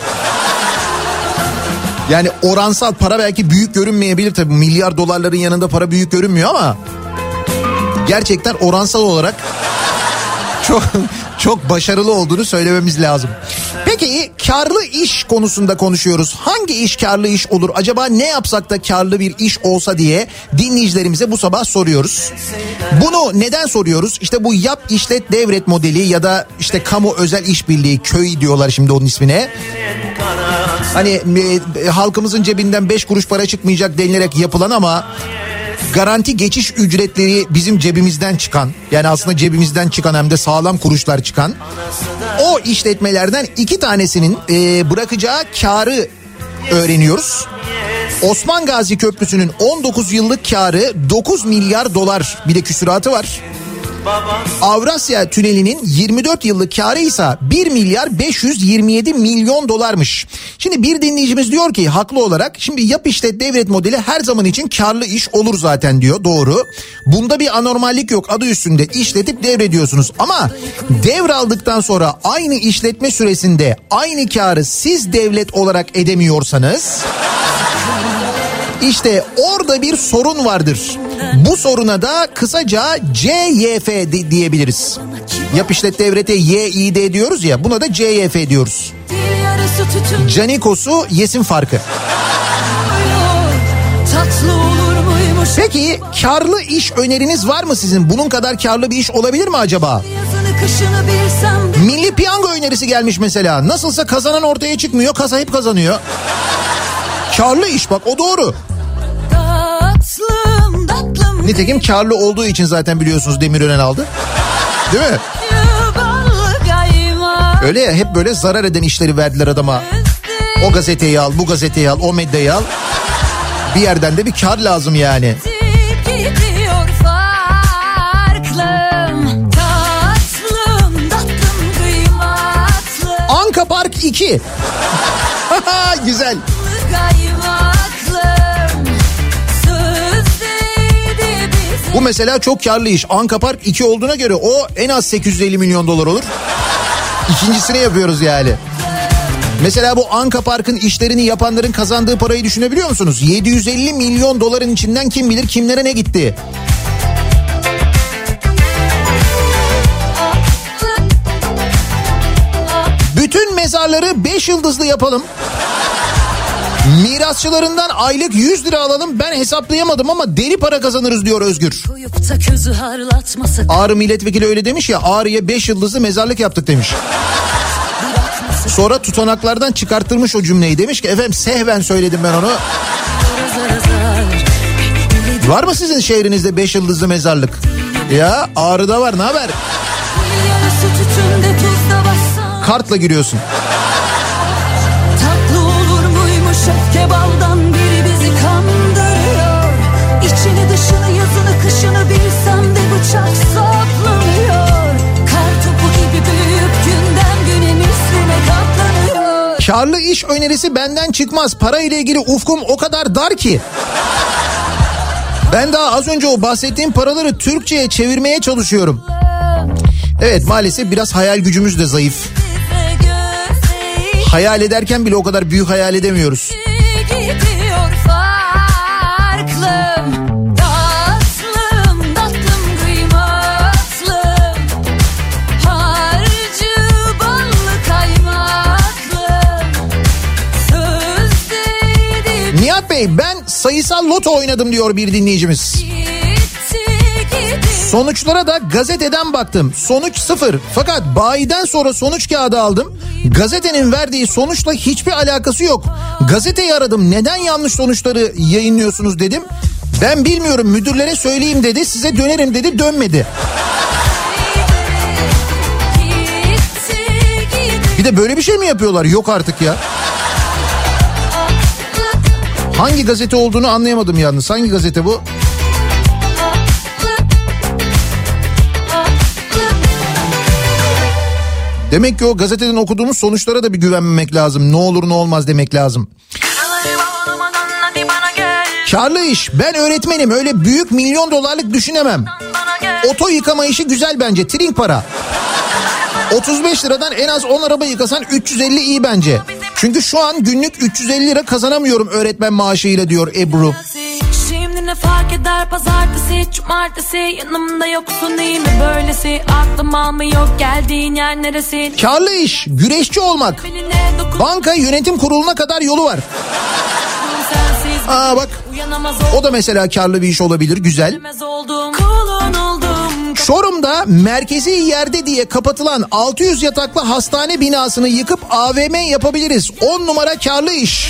Yani oransal para belki büyük görünmeyebilir tabii. Milyar dolarların yanında para büyük görünmüyor ama... Gerçekten oransal olarak... Çok başarılı olduğunu söylememiz lazım. Peki karlı iş konusunda konuşuyoruz. Hangi iş karlı iş olur? Acaba ne yapsak da karlı bir iş olsa diye dinleyicilerimize bu sabah soruyoruz. Bunu neden soruyoruz? İşte bu yap işlet devret modeli ya da işte kamu özel işbirliği, köy diyorlar şimdi onun ismine. Hani halkımızın cebinden 5 kuruş para çıkmayacak denilerek yapılan ama garanti geçiş ücretleri bizim cebimizden çıkan, yani aslında cebimizden çıkan hem de sağlam kuruşlar çıkan o işletmelerden 2 tanesinin bırakacağı karı öğreniyoruz. Osman Gazi Köprüsü'nün 19 yıllık karı 9 milyar dolar, bir de küsuratı var. Avrasya Tüneli'nin 24 yıllık karı ise 1 milyar 527 milyon dolarmış. Şimdi bir dinleyicimiz diyor ki haklı olarak, şimdi yap işlet devret modeli her zaman için karlı iş olur zaten diyor, doğru. Bunda bir anormallik yok, adı üstünde işletip devrediyorsunuz ama devraldıktan sonra aynı işletme süresinde aynı karı siz devlet olarak edemiyorsanız... İşte orada bir sorun vardır. Bu soruna da kısaca CYF diyebiliriz. Yap işlet devrete YİD diyoruz ya, buna da CYF diyoruz. Canikosu yesin farkı. Peki karlı iş öneriniz var mı sizin? Bunun kadar karlı bir iş olabilir mi acaba? Milli Piyango önerisi gelmiş mesela. Nasılsa kazanan ortaya çıkmıyor, kasa hep kazanıyor. Karlı iş, bak o doğru. Nitekim karlı olduğu için zaten biliyorsunuz Demirören aldı. Değil mi? Öyle ya, hep böyle zarar eden işleri verdiler adama. O gazeteyi al, bu gazeteyi al, o medyayı al. Bir yerden de bir kar lazım yani. Anka Park 2. Güzel. Bu mesela çok karlı iş. Anka Park 2 olduğuna göre o en az 850 milyon dolar olur. İkincisini yapıyoruz yani. Mesela bu Anka Park'ın işlerini yapanların kazandığı parayı düşünebiliyor musunuz? 750 milyon doların içinden kim bilir kimlere ne gitti? Bütün mezarları 5 yıldızlı yapalım. Mirasçılarından aylık 100 lira alalım, ben hesaplayamadım ama deli para kazanırız diyor Özgür. Ağrı milletvekili öyle demiş ya, Ağrı'ya 5 yıldızlı mezarlık yaptık demiş. Sonra tutanaklardan çıkarttırmış o cümleyi, demiş ki efendim sehven söyledim ben onu. Var mı sizin şehrinizde 5 yıldızlı mezarlık? Ya Ağrı'da var, ne haber? Kartla giriyorsun.
Şefke baldan biri bizi kandırıyor. İçini dışını yazını kışını bilsem de bıçak saplanıyor. Kartopu gibi büyük günden güne misline katlanıyor.
Karlı iş önerisi benden çıkmaz. Para ile ilgili ufkum o kadar dar ki. Ben daha az önce o bahsettiğim paraları Türkçe'ye çevirmeye çalışıyorum. Evet, maalesef biraz hayal gücümüz de zayıf. Hayal ederken bile o kadar büyük hayal edemiyoruz.
Gidiyor farklım, tatlım, tatlım kıymatlım, harcı ballı kaymaklım, söz dedi.
Nihat Bey, ben sayısal loto oynadım diyor bir dinleyicimiz.
Gitti, gitti.
Sonuçlara da gazeteden baktım. Sonuç 0. Fakat bayiden sonra sonuç kağıdı aldım. Gazetenin verdiği sonuçla hiçbir alakası yok. Gazeteyi aradım. Neden yanlış sonuçları yayınlıyorsunuz dedim. Ben bilmiyorum, müdürlere söyleyeyim dedi. Size dönerim dedi, dönmedi. Bir de böyle bir şey mi yapıyorlar? Yok artık ya. Hangi gazete olduğunu anlayamadım yalnız. Hangi gazete bu? Demek ki o gazeteden okuduğumuz sonuçlara da bir güvenmemek lazım. Ne olur ne olmaz demek lazım. Karlı iş. Ben öğretmenim. Öyle büyük milyon dolarlık düşünemem. Oto yıkama işi güzel bence. Trink para. 35 liradan en az 10 araba yıkasan 350 iyi bence. Çünkü şu an günlük 350 lira kazanamıyorum öğretmen maaşıyla diyor Ebru.
Şimdi ne fark eder pazartesi, cumartesi, yanımda yoksun değil mi böylesi? Aklım almıyor, geldiğin yer neresi?
Karlı iş, güreşçi olmak. Banka yönetim kuruluna kadar yolu var. Aa bak, o da mesela karlı bir iş olabilir, güzel. Çorum'da merkezi yerde diye kapatılan 600 yataklı hastane binasını yıkıp AVM yapabiliriz. 10 numara karlı iş.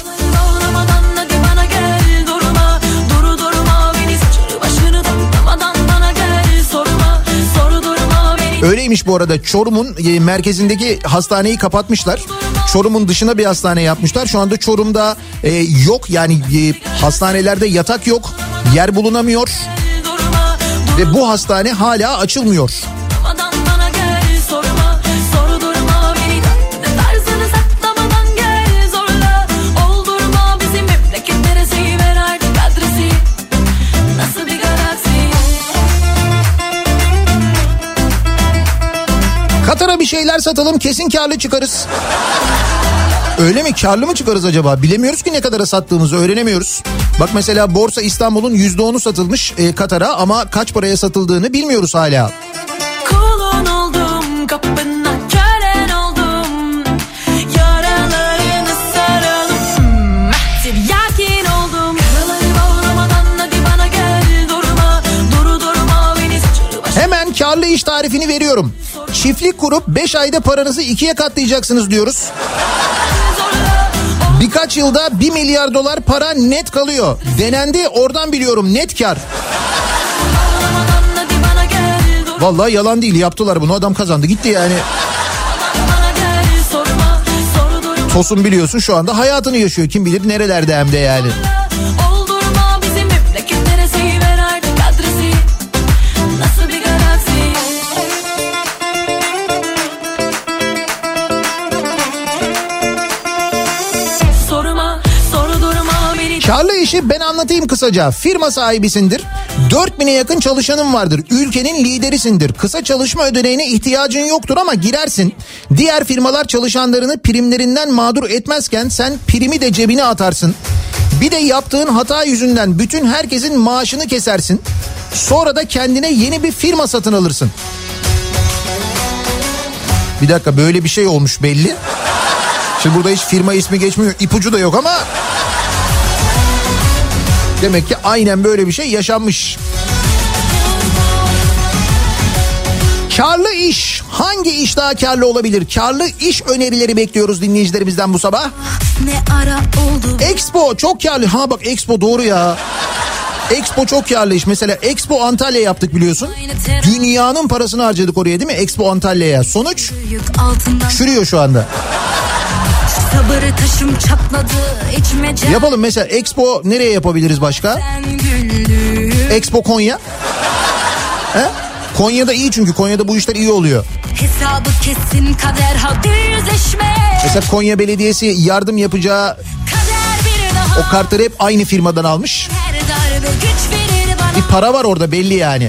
Öyleymiş bu arada, Çorum'un merkezindeki hastaneyi kapatmışlar. Çorum'un dışına bir hastane yapmışlar. Şu anda Çorum'da yok yani, hastanelerde yatak yok, yer bulunamıyor. Ve bu hastane hala açılmıyor. Katar'a bir şeyler satalım, kesin karlı çıkarız. Öyle mi? Karlı mı çıkarız acaba? Bilemiyoruz ki ne kadara sattığımızı, öğrenemiyoruz. Bak mesela Borsa İstanbul'un %10'u satılmış Katar'a ama kaç paraya satıldığını bilmiyoruz hala.
Kulun oldum, kapına kölen oldum. Yaralarını saralım. Tiryakin oldum. Yaraları bağlamadan hadi bana gel. Durma, durma beni sıçır.
Hemen karlı iş tarifini veriyorum. Çiftlik kurup 5 ayda paranızı 2'ye katlayacaksınız diyoruz. Birkaç yılda 1 milyar dolar para net kalıyor. Denendi, oradan biliyorum, net kar. Vallahi yalan değil, yaptılar bunu, adam kazandı gitti yani. Tosun biliyorsun şu anda hayatını yaşıyor, kim bilir nerelerde hem de yani. Karlı işi ben anlatayım kısaca. Firma sahibisindir. 4000'e yakın çalışanın vardır. Ülkenin liderisindir. Kısa çalışma ödeneğine ihtiyacın yoktur ama girersin. Diğer firmalar çalışanlarını primlerinden mağdur etmezken sen primi de cebine atarsın. Bir de yaptığın hata yüzünden bütün herkesin maaşını kesersin. Sonra da kendine yeni bir firma satın alırsın. Bir dakika, böyle bir şey olmuş belli. Şimdi burada hiç firma ismi geçmiyor. İpucu da yok ama... Demek ki aynen böyle bir şey yaşanmış. Karlı iş. Hangi iş daha karlı olabilir? Karlı iş önerileri bekliyoruz dinleyicilerimizden bu sabah.
Ne ara oldu?
Expo çok karlı. Ha bak, Expo doğru ya. Expo çok karlı iş. Mesela Expo Antalya yaptık biliyorsun. Dünyanın parasını harcadık oraya değil mi? Expo Antalya'ya. Sonuç çürüyor şu anda.
Sabır taşım çatladı içmece.
Yapalım mesela Expo, nereye yapabiliriz başka? Expo Konya. He? Konya'da iyi, çünkü Konya'da bu işler iyi oluyor.
Hesabı kesin kader, hadi yüzleşme.
Mesela Konya Belediyesi yardım yapacağı o kartları hep aynı firmadan almış. Bir para var orada belli yani.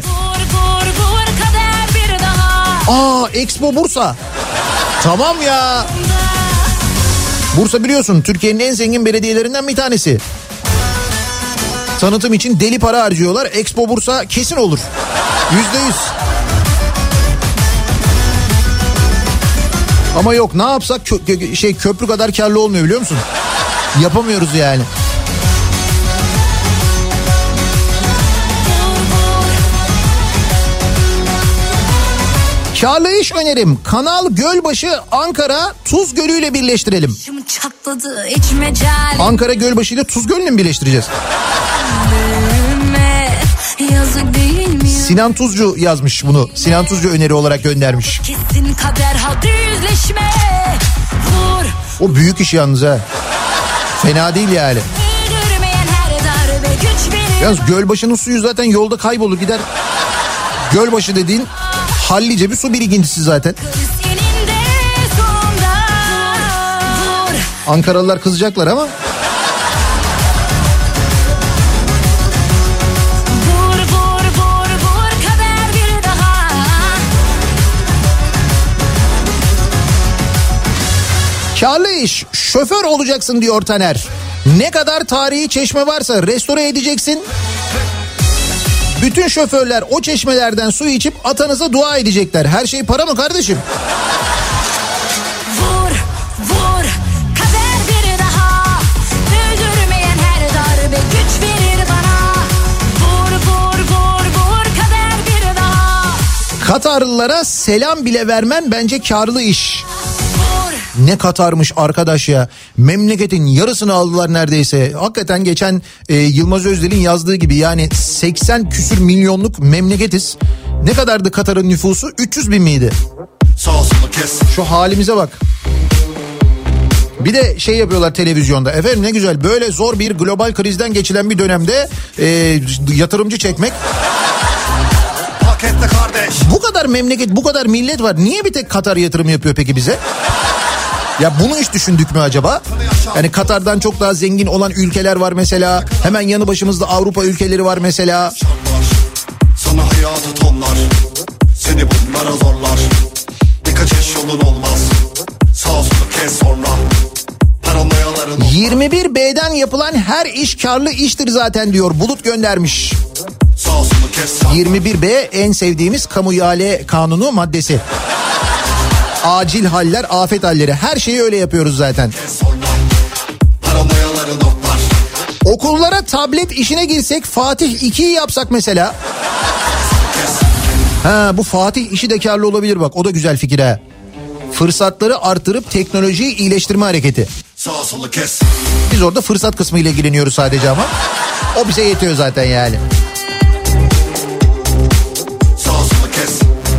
Aa, Expo Bursa. Tamam ya. Bursa biliyorsun Türkiye'nin en zengin belediyelerinden bir tanesi. Tanıtım için deli para harcıyorlar. Expo Bursa kesin olur. %100. Ama yok, ne yapsak köprü kadar karlı olmuyor biliyor musun? Yapamıyoruz yani. Karlı iş önerim. Kanal Gölbaşı Ankara Tuz Gölü ile birleştirelim.
Çatladı hiç mecal.
Ankara Gölbaşı ile Tuz Gölü'nü mü birleştireceğiz?
Yazık değil mi?
Sinan Tuzcu yazmış bunu. Sinan Tuzcu öneri olarak göndermiş.
Kesin kader hadi yüzleşme. Vur.
O büyük iş yalnız ha. Fena değil yani.
Öldürmeyen her darbe güç verir.
Yalnız Gölbaşı'nın suyu zaten yolda kaybolur gider. Gölbaşı dediğin hallice bir su birikintisi zaten.
Senin de sonunda. Vur.
Ankaralılar kızacaklar ama.
Vur vur vur vur kader bir daha.
Karlı iş, şoför olacaksın diyor Taner. Ne kadar tarihi çeşme varsa restore edeceksin. Bütün şoförler o çeşmelerden su içip atanıza dua edecekler. Her şey para mı kardeşim?
Vur vur kader bir daha. Öldürmeyen her darbe güç verir bana. Vur vur vur vur kader bir daha.
Katarlılara selam bile vermen bence karlı iş. Ne Katar'mış arkadaş ya. Memleketin yarısını aldılar neredeyse. Hakikaten geçen Yılmaz Özdel'in yazdığı gibi yani 80 küsür milyonluk memleketiz. Ne kadardı Katar'ın nüfusu? 300 bin miydi? Şu halimize bak. Bir de şey yapıyorlar televizyonda. Efendim ne güzel böyle zor bir global krizden geçilen bir dönemde yatırımcı çekmek. Bu kadar memleket, bu kadar millet var. Niye bir tek Katar yatırım yapıyor peki bize? Ya bunu hiç düşündük mü acaba? Yani Katar'dan çok daha zengin olan ülkeler var mesela. Hemen yanı başımızda Avrupa ülkeleri var mesela.
Sana hayatı tonlar, seni bunlara zorlar. Birkaç eş yolun olmaz, sağ solu kes sonra. Paranoyaların
21B'den yapılan her iş karlı iştir zaten diyor. Bulut göndermiş.
sağ solu kes sonra.
21B en sevdiğimiz kamu ihale kanunu maddesi. Acil haller, afet halleri, her şeyi öyle yapıyoruz zaten.
Paranoyaların oklar.
Okullara tablet işine girsek, Fatih 2'yi yapsak mesela. Ha, bu Fatih işi de karlı olabilir bak, o da güzel fikir ha. Fırsatları artırıp teknolojiyi iyileştirme hareketi.
Sağ solu kes.
Biz orada fırsat kısmı ile ilgileniyoruz sadece ama. O bize yetiyor zaten yani.
Sağ solu kes.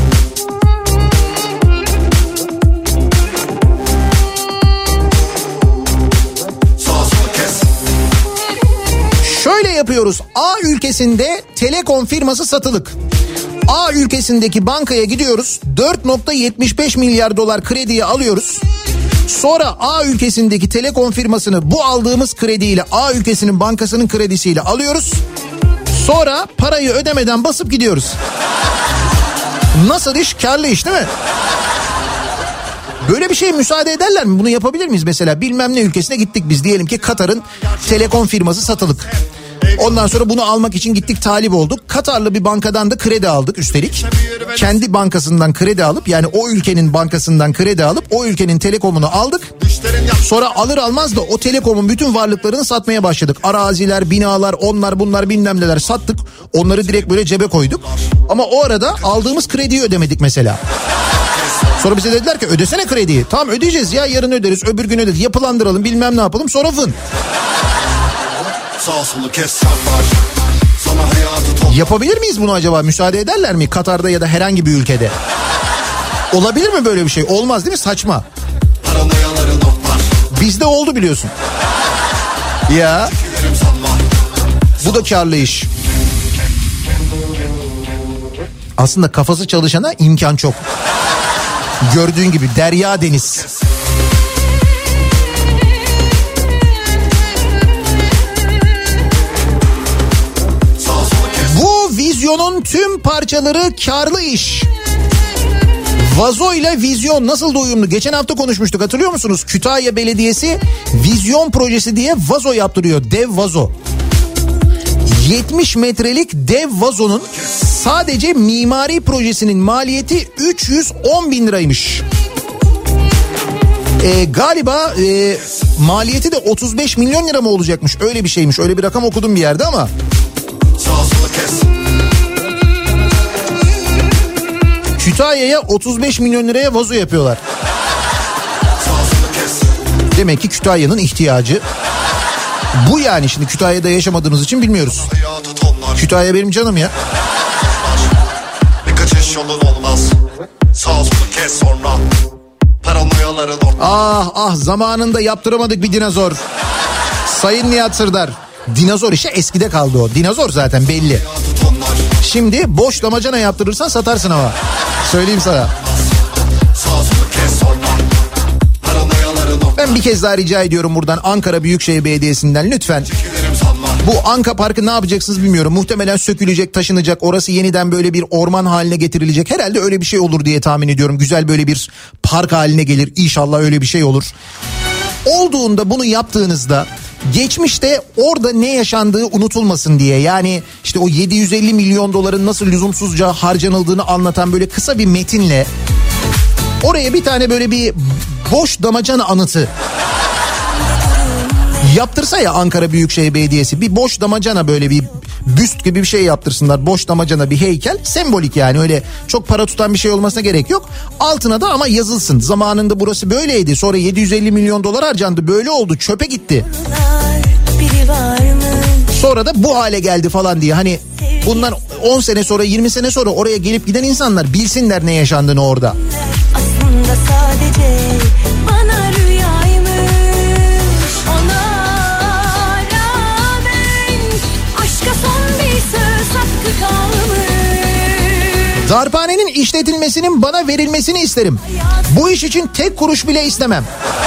Sağ solu kes.
Şöyle yapıyoruz. A ülkesinde telekom firması satılık. A ülkesindeki bankaya gidiyoruz. 4.75 milyar dolar krediye alıyoruz. Sonra A ülkesindeki telekom firmasını bu aldığımız krediyle A ülkesinin bankasının kredisiyle alıyoruz. Sonra parayı ödemeden basıp gidiyoruz. Nasıl iş? Karlı iş değil mi? Böyle bir şeye müsaade ederler mi? Bunu yapabilir miyiz mesela? Bilmem ne ülkesine gittik biz. Diyelim ki Katar'ın telekom firması satılık. Ondan sonra bunu almak için gittik, talip olduk. Katarlı bir bankadan da kredi aldık üstelik. Kendi bankasından kredi alıp, yani o ülkenin bankasından kredi alıp o ülkenin telekomunu aldık. Sonra alır almaz da o telekomun bütün varlıklarını satmaya başladık. Araziler, binalar, onlar bunlar bilmem neler sattık. Onları direkt böyle cebe koyduk. Ama o arada aldığımız krediyi ödemedik mesela. Sonra bize dediler ki ödesene krediyi. Tamam ödeyeceğiz ya, yarın öderiz, öbür gün öderiz, yapılandıralım bilmem ne yapalım, sonra fın.
Sağ solu kes yapar. Sana hayatı tonlar.
Yapabilir miyiz bunu acaba? Müsaade ederler mi Katar'da ya da herhangi bir ülkede? Olabilir mi böyle bir şey? Olmaz değil mi? Saçma.
Paranoyaların oklar.
Bizde oldu biliyorsun. Ya. Bu da karlı iş. Aslında kafası çalışana imkan çok. Gördüğün gibi derya deniz. Bu vizyonun tüm parçaları karlı iş. Vazo ile vizyon nasıl da uyumlu? Geçen hafta konuşmuştuk, hatırlıyor musunuz? Kütahya Belediyesi vizyon projesi diye vazo yaptırıyor. Dev vazo. 70 metrelik dev vazonun sadece mimari projesinin maliyeti 310 bin liraymış. Galiba maliyeti de 35 milyon lira mı olacakmış? Öyle bir şeymiş. Öyle bir rakam okudum bir yerde ama. Kütahya'ya 35 milyon liraya vazo yapıyorlar. Demek ki Kütahya'nın ihtiyacı bu yani. Şimdi Kütahya'da yaşamadığımız için bilmiyoruz. Kütahya benim canım ya.
Bir kaçış yolun olmaz. Sağ solu kes sonra. Paranoyaların ortası.
Ah zamanında yaptıramadık bir dinozor. Sayın Nihat Sırdar. Dinozor işi eskide kaldı o. Dinozor zaten belli. Şimdi boş damacana yaptırırsan satarsın ama. Söyleyeyim sana. Ben bir kez daha rica ediyorum buradan Ankara Büyükşehir Belediyesi'nden lütfen. Bu Anka Parkı ne yapacaksınız bilmiyorum. Muhtemelen sökülecek, taşınacak. Orası yeniden böyle bir orman haline getirilecek. Herhalde öyle bir şey olur diye tahmin ediyorum. Güzel böyle bir park haline gelir. İnşallah öyle bir şey olur. Olduğunda bunu yaptığınızda geçmişte orada ne yaşandığı unutulmasın diye, yani işte o 750 milyon doların nasıl lüzumsuzca harcanıldığını anlatan böyle kısa bir metinle oraya bir tane böyle bir boş damacana anıtı yaptırsa ya Ankara Büyükşehir Belediyesi, bir boş damacana böyle bir büst gibi bir şey yaptırsınlar, boş damacana bir heykel, sembolik yani, öyle çok para tutan bir şey olmasına gerek yok. Altına da ama yazılsın, zamanında burası böyleydi, sonra 750 milyon dolar harcandı, böyle oldu, çöpe gitti, sonra da bu hale geldi falan diye. Hani bundan 10 sene sonra 20 sene sonra oraya gelip giden insanlar bilsinler ne yaşandığını orada.
Aslında sadece bana rüyaymış, ona rağmen aşka son bir söz hakkı kalmış.
Darphanenin işletilmesinin bana verilmesini isterim. Bu iş için tek kuruş bile istemem.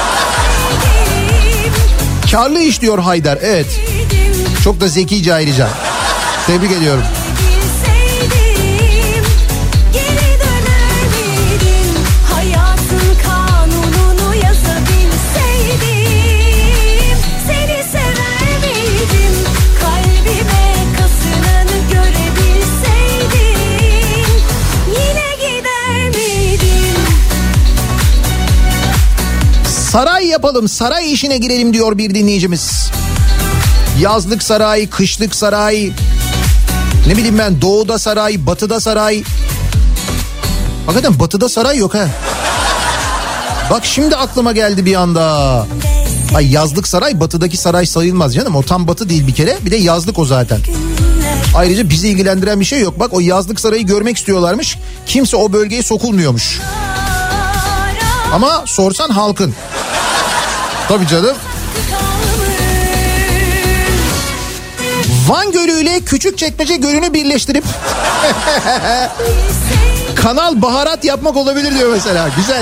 Karlı iş diyor Haydar. Evet. Çok da zekice ayrıca. Tebrik ediyorum. Saray yapalım, saray işine girelim diyor bir dinleyicimiz. Yazlık saray, kışlık saray, ne bileyim ben, doğuda saray, batıda saray. Hakikaten batıda saray yok ha. Bak şimdi aklıma geldi bir anda. Ay, yazlık saray batıdaki saray sayılmaz canım. O tam batı değil bir kere. Bir de yazlık o zaten. Ayrıca bizi ilgilendiren bir şey yok. Bak, o yazlık sarayı görmek istiyorlarmış. Kimse o bölgeye sokulmuyormuş. Ama sorsan halkın. Tabii canım. Van Gölü ile Küçükçekmece Gölü'nü birleştirip kanal baharat yapmak olabilir diyor mesela. Güzel.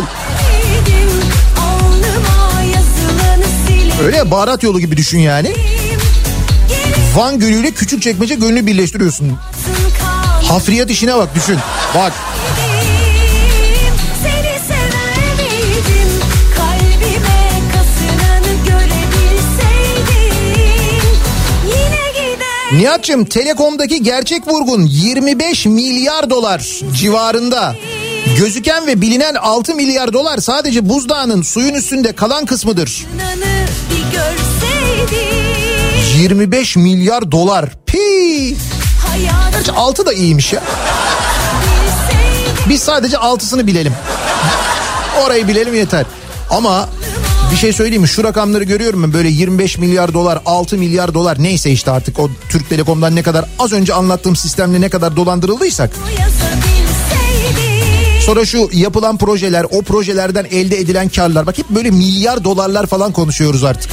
Öyle ya, baharat yolu gibi düşün yani. Van Gölü ile Küçükçekmece Gölü'nü birleştiriyorsun. Hafriyat işine bak, düşün. Bak. Nihat'cığım, Telekom'daki gerçek vurgun 25 milyar dolar civarında. Gözüken ve bilinen 6 milyar dolar sadece buzdağının suyun üstünde kalan kısmıdır. 25 milyar dolar. Pi. Gerçi 6 da iyiymiş ya. Biz sadece 6'sını bilelim. Orayı bilelim yeter. Ama bir şey söyleyeyim mi? Şu rakamları görüyorum ben, böyle 25 milyar dolar, 6 milyar dolar, neyse işte artık o Türk Telekom'dan ne kadar, az önce anlattığım sistemle ne kadar dolandırıldıysak. Sonra şu yapılan projeler, o projelerden elde edilen karlar, bak hep böyle milyar dolarlar falan konuşuyoruz artık.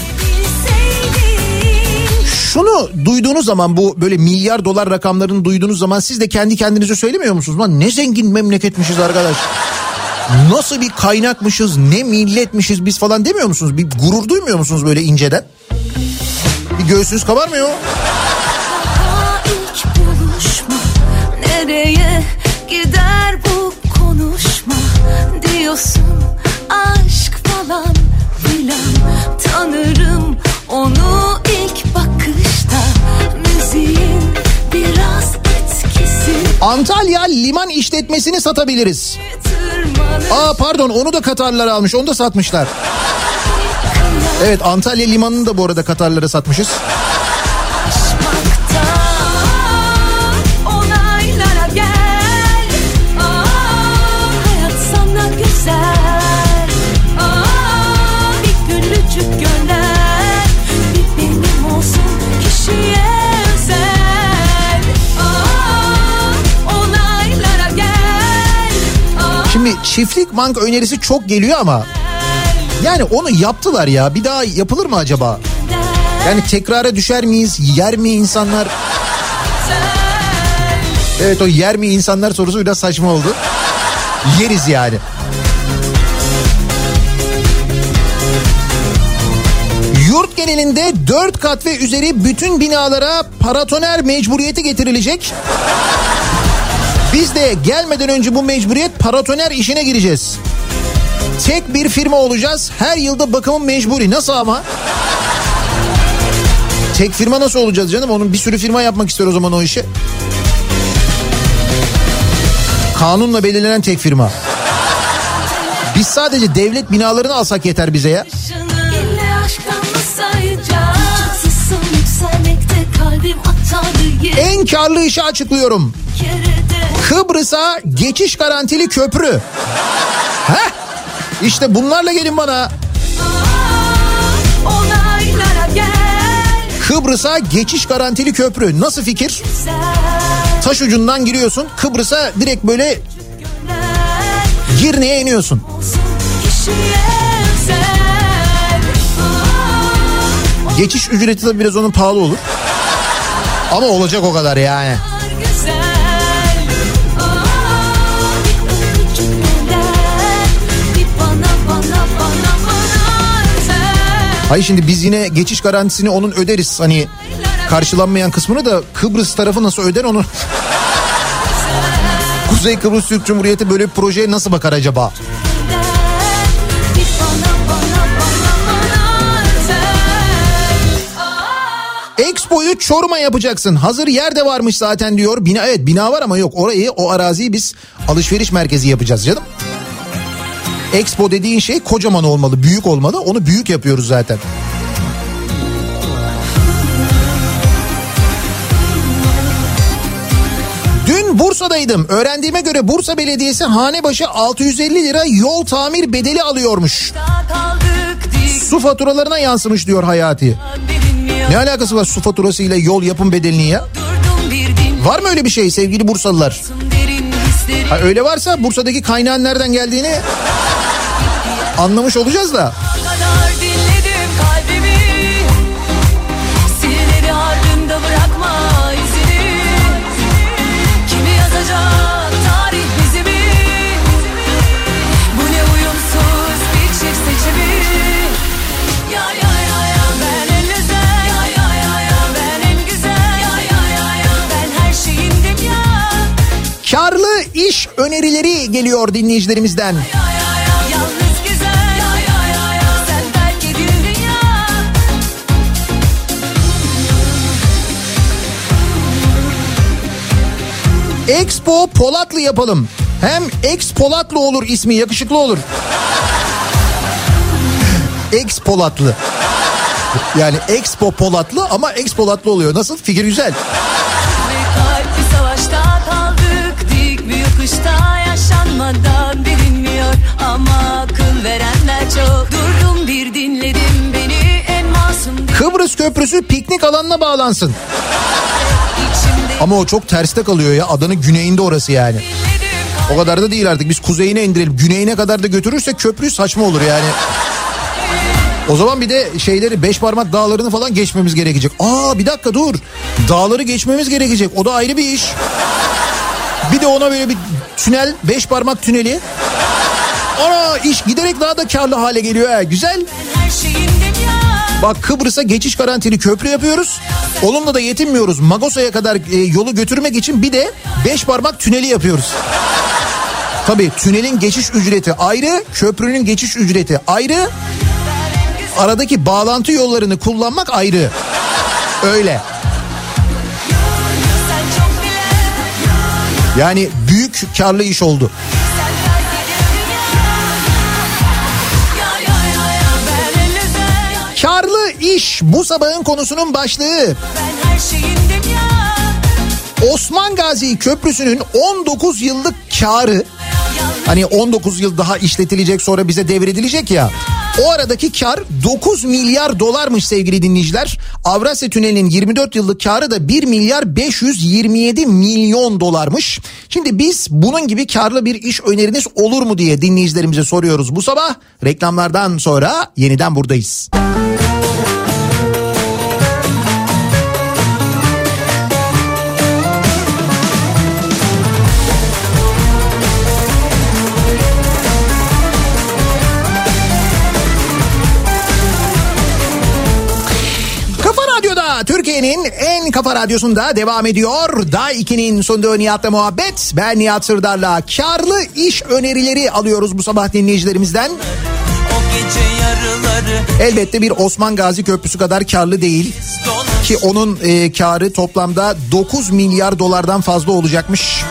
Şunu duyduğunuz zaman, bu böyle milyar dolar rakamlarını duyduğunuz zaman siz de kendi kendinize söylemiyor musunuz? Lan ne zengin memleketmişiz arkadaş. Nasıl bir kaynakmışız, ne milletmişiz biz falan demiyor musunuz? Bir gurur duymuyor musunuz böyle inceden? Bir göğsünüz kabarmıyor mu?
İlk buluşma, nereye gider bu konuşma diyorsun, aşk falan filan, tanırım onu ilk bakışta, müziğin biraz etkisi.
Antalya liman işletmesini satabiliriz. Pardon, onu da Katarlar almış, onu da satmışlar. Evet, Antalya limanını da bu arada Katarlara satmışız. çiftlik bank önerisi çok geliyor ama yani onu yaptılar ya, bir daha yapılır mı acaba? Yani tekrara düşer miyiz? Yer mi insanlar? Evet, o yer mi insanlar sorusu biraz saçma oldu. Yeriz yani. Yurt genelinde 4 kat ve üzeri bütün binalara paratoner mecburiyeti getirilecek. Biz de gelmeden önce bu mecburiyet paratoner işine gireceğiz. Tek bir firma olacağız. Her yılda bakımın mecburi. Nasıl ama? Tek firma nasıl olacağız canım? Onun bir sürü firma yapmak istiyor o zaman o işi. Kanunla belirlenen tek firma. Biz sadece devlet binalarını alsak yeter bize ya. En karlı işi açıklıyorum. Kıbrıs'a geçiş garantili köprü. Heh, işte bunlarla gelin bana. Kıbrıs'a geçiş garantili köprü. Nasıl fikir? Taş ucundan giriyorsun. Kıbrıs'a direkt böyle Girne'ye iniyorsun. Geçiş ücreti de biraz onun pahalı olur. Ama olacak o kadar yani. Hayır, şimdi biz yine geçiş garantisini onun öderiz. Hani karşılanmayan kısmını da Kıbrıs tarafı nasıl öder onu? Kuzey Kıbrıs Türk Cumhuriyeti böyle bir projeye nasıl bakar acaba? Expo'yu Çorum'a yapacaksın. Hazır yer de varmış zaten diyor. Bina, evet bina var ama yok, orayı, o araziyi biz alışveriş merkezi yapacağız canım. Expo dediğin şey kocaman olmalı, büyük olmalı. Onu büyük yapıyoruz zaten. Dün Bursa'daydım. Öğrendiğime göre Bursa Belediyesi hane başı 650 lira yol tamir bedeli alıyormuş. Su faturalarına yansımış diyor Hayati. Ne alakası var su faturasıyla yol yapım bedelinin ya? Var mı öyle bir şey sevgili Bursalılar? Ha, öyle varsa Bursa'daki kaynağın nereden geldiğini anlamış olacağız da. Karlı iş önerileri geliyor dinleyicilerimizden. Expo Polatlı yapalım. Hem Ex Polatlı olur, ismi yakışıklı olur. Ex Polatlı. Yani Expo Polatlı ama Ex Polatlı oluyor. Nasıl? Fikir güzel. Yaşanmadan bilinmiyor ama akıl verenler çok. Durdum bir dinledim beni en masum. Kıbrıs Köprüsü piknik alanına bağlansın. Ama o çok terste kalıyor ya, adanın güneyinde orası yani. O kadar da değil artık, biz kuzeyine indirelim. Güneyine kadar da götürürsek köprü saçma olur yani. O zaman bir de şeyleri, Beşparmak dağlarını falan geçmemiz gerekecek. Aa bir dakika dur, dağları geçmemiz gerekecek, o da ayrı bir iş. Bir de ona böyle bir tünel, Beşparmak tüneli. Ana iş giderek daha da karlı hale geliyor ha, güzel. Bak Kıbrıs'a geçiş garantili köprü yapıyoruz. Onunla da yetinmiyoruz. Magosa'ya kadar yolu götürmek için bir de Beşparmak tüneli yapıyoruz. Tabii tünelin geçiş ücreti ayrı, köprünün geçiş ücreti ayrı. Aradaki bağlantı yollarını kullanmak ayrı. Öyle. Yani büyük karlı iş oldu. Karlı iş bu sabahın konusunun başlığı. Osman Gazi Köprüsü'nün 19 yıllık karı, hani 19 yıl daha işletilecek sonra bize devredilecek ya. O aradaki kar 9 milyar dolarmış sevgili dinleyiciler. Avrasya Tüneli'nin 24 yıllık karı da 1 milyar 527 milyon dolarmış. Şimdi biz bunun gibi karlı bir iş öneriniz olur mu diye dinleyicilerimize soruyoruz bu sabah. Reklamlardan sonra yeniden buradayız. Türkiye'nin en kafa radyosunda devam ediyor. Day 2'nin sunduğu Nihat'la muhabbet. Ben Nihat Sırdar'la karlı iş önerileri alıyoruz bu sabah dinleyicilerimizden. Elbette bir Osman Gazi Köprüsü kadar karlı değil. Ki onun karı toplamda 9 milyar dolardan fazla olacakmış.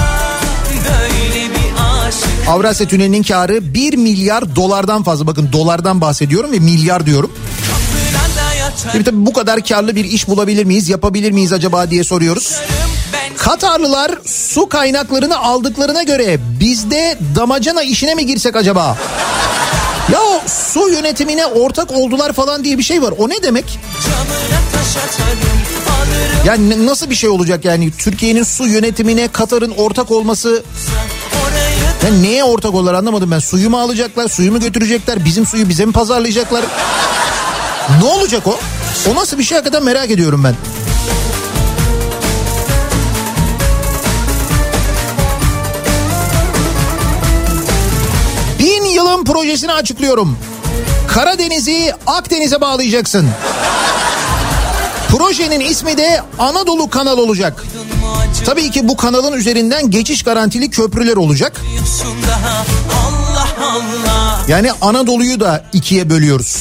Avrasya Tüneli'nin karı 1 milyar dolardan fazla. Bakın dolardan bahsediyorum ve milyar diyorum. Şimdi tabii bu kadar karlı bir iş bulabilir miyiz, yapabilir miyiz acaba diye soruyoruz. Katarlılar su kaynaklarını aldıklarına göre biz de damacana işine mi girsek acaba? Ya o su yönetimine ortak oldular falan diye bir şey var. O ne demek? Yani nasıl bir şey olacak yani? Türkiye'nin su yönetimine Katar'ın ortak olması... Yani neye ortak oldular anlamadım ben. Suyu mu alacaklar, suyu mu götürecekler, bizim suyu bize mi pazarlayacaklar? Ne olacak o? O nasıl bir şey hakikaten merak ediyorum ben. Bin yılın projesini açıklıyorum. Karadeniz'i Akdeniz'e bağlayacaksın. Projenin ismi de Anadolu Kanal olacak. Tabii ki bu kanalın üzerinden geçiş garantili köprüler olacak. Yani Anadolu'yu da ikiye bölüyoruz.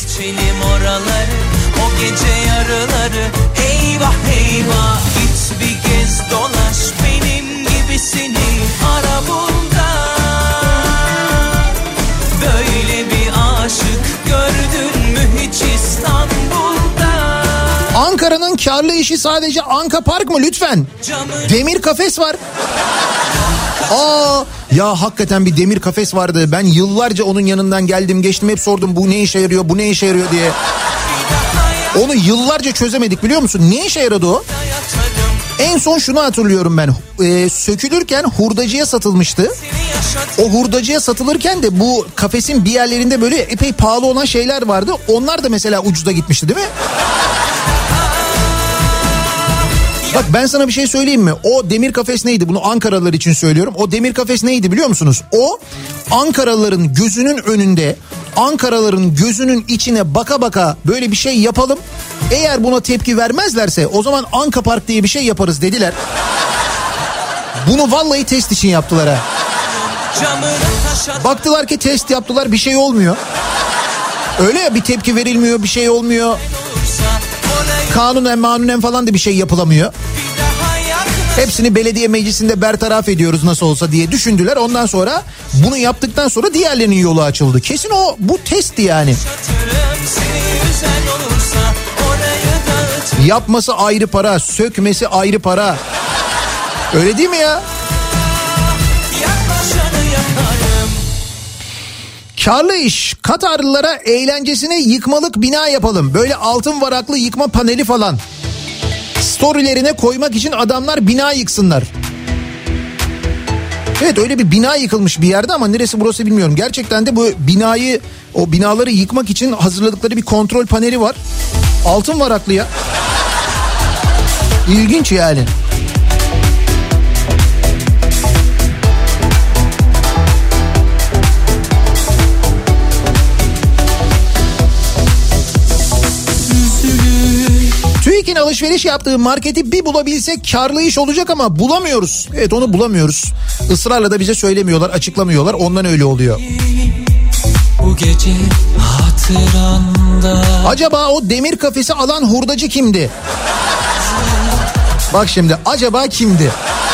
O gece yarıları eyvah eyvah git bir kez dolaş benim gibisini ara bunda. Böyle bir aşık gördün mü hiç İstanbul'da? Ankara'nın karlı işi sadece Anka Park mı lütfen? Demir kafes var. Ya hakikaten bir demir kafes vardı. Ben yıllarca onun yanından geldim geçtim hep sordum bu ne işe yarıyor bu ne işe yarıyor diye. Onu yıllarca çözemedik biliyor musun? Ne işe yaradı o? En son şunu hatırlıyorum ben. Sökülürken hurdacıya satılmıştı. O hurdacıya satılırken de bu kafesin bir yerlerinde böyle epey pahalı olan şeyler vardı. Onlar da mesela ucuza gitmişti değil mi? Bak ben sana bir şey söyleyeyim mi? O demir kafes neydi? Bunu Ankaralılar için söylüyorum. O demir kafes neydi biliyor musunuz? O Ankaralıların gözünün önünde, Ankaralıların gözünün içine baka baka böyle bir şey yapalım. Eğer buna tepki vermezlerse o zaman Anka Park diye bir şey yaparız dediler. Bunu vallahi test için yaptılar ha. Baktılar ki test yaptılar bir şey olmuyor. Öyle ya bir tepki verilmiyor bir şey olmuyor. Kanunen manunen falan da bir şey yapılamıyor. Hepsini belediye meclisinde bertaraf ediyoruz nasıl olsa diye düşündüler. Ondan sonra bunu yaptıktan sonra diğerlerinin yolu açıldı. Kesin o bu testti yani. Yapması ayrı para, sökmesi ayrı para. Öyle değil mi ya? Karlı iş. Katarlılara eğlencesine yıkmalık bina yapalım. Böyle altın varaklı yıkma paneli falan. Storylerine koymak için adamlar bina yıksınlar. Evet öyle bir bina yıkılmış bir yerde ama neresi burası bilmiyorum. Gerçekten de bu binayı, o binaları yıkmak için hazırladıkları bir kontrol paneli var. Altın varaklı ya. İlginç yani. TÜİK'in alışveriş yaptığı marketi bir bulabilsek karlı iş olacak ama bulamıyoruz. Evet onu bulamıyoruz. Israrla da bize söylemiyorlar, açıklamıyorlar. Ondan öyle oluyor. Bu gece hatıranda. Acaba o demir kafesi alan hurdacı kimdi? Bak şimdi acaba kimdi?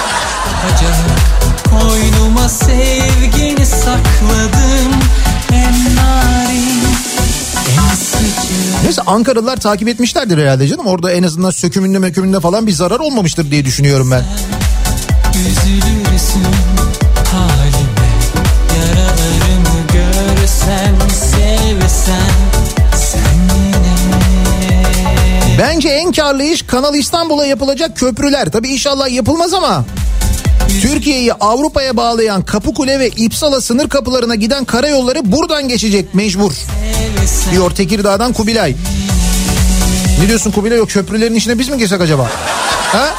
Koynuma sevgini sakladım en narin. Neyse Ankaralılar takip etmişlerdir herhalde canım. Orada en azından sökümünde falan bir zarar olmamıştır diye düşünüyorum ben. Üzülürsün halime, yaralarımı görsen, sevsen. karlı iş Kanal İstanbul'a yapılacak köprüler. Tabii inşallah yapılmaz ama Türkiye'yi Avrupa'ya bağlayan Kapıkule ve İpsala sınır kapılarına giden karayolları buradan geçecek mecbur. Diyor Tekirdağ'dan Kubilay. Ne diyorsun Kubilay, o köprülerin içine biz mi geçsek acaba? Ha?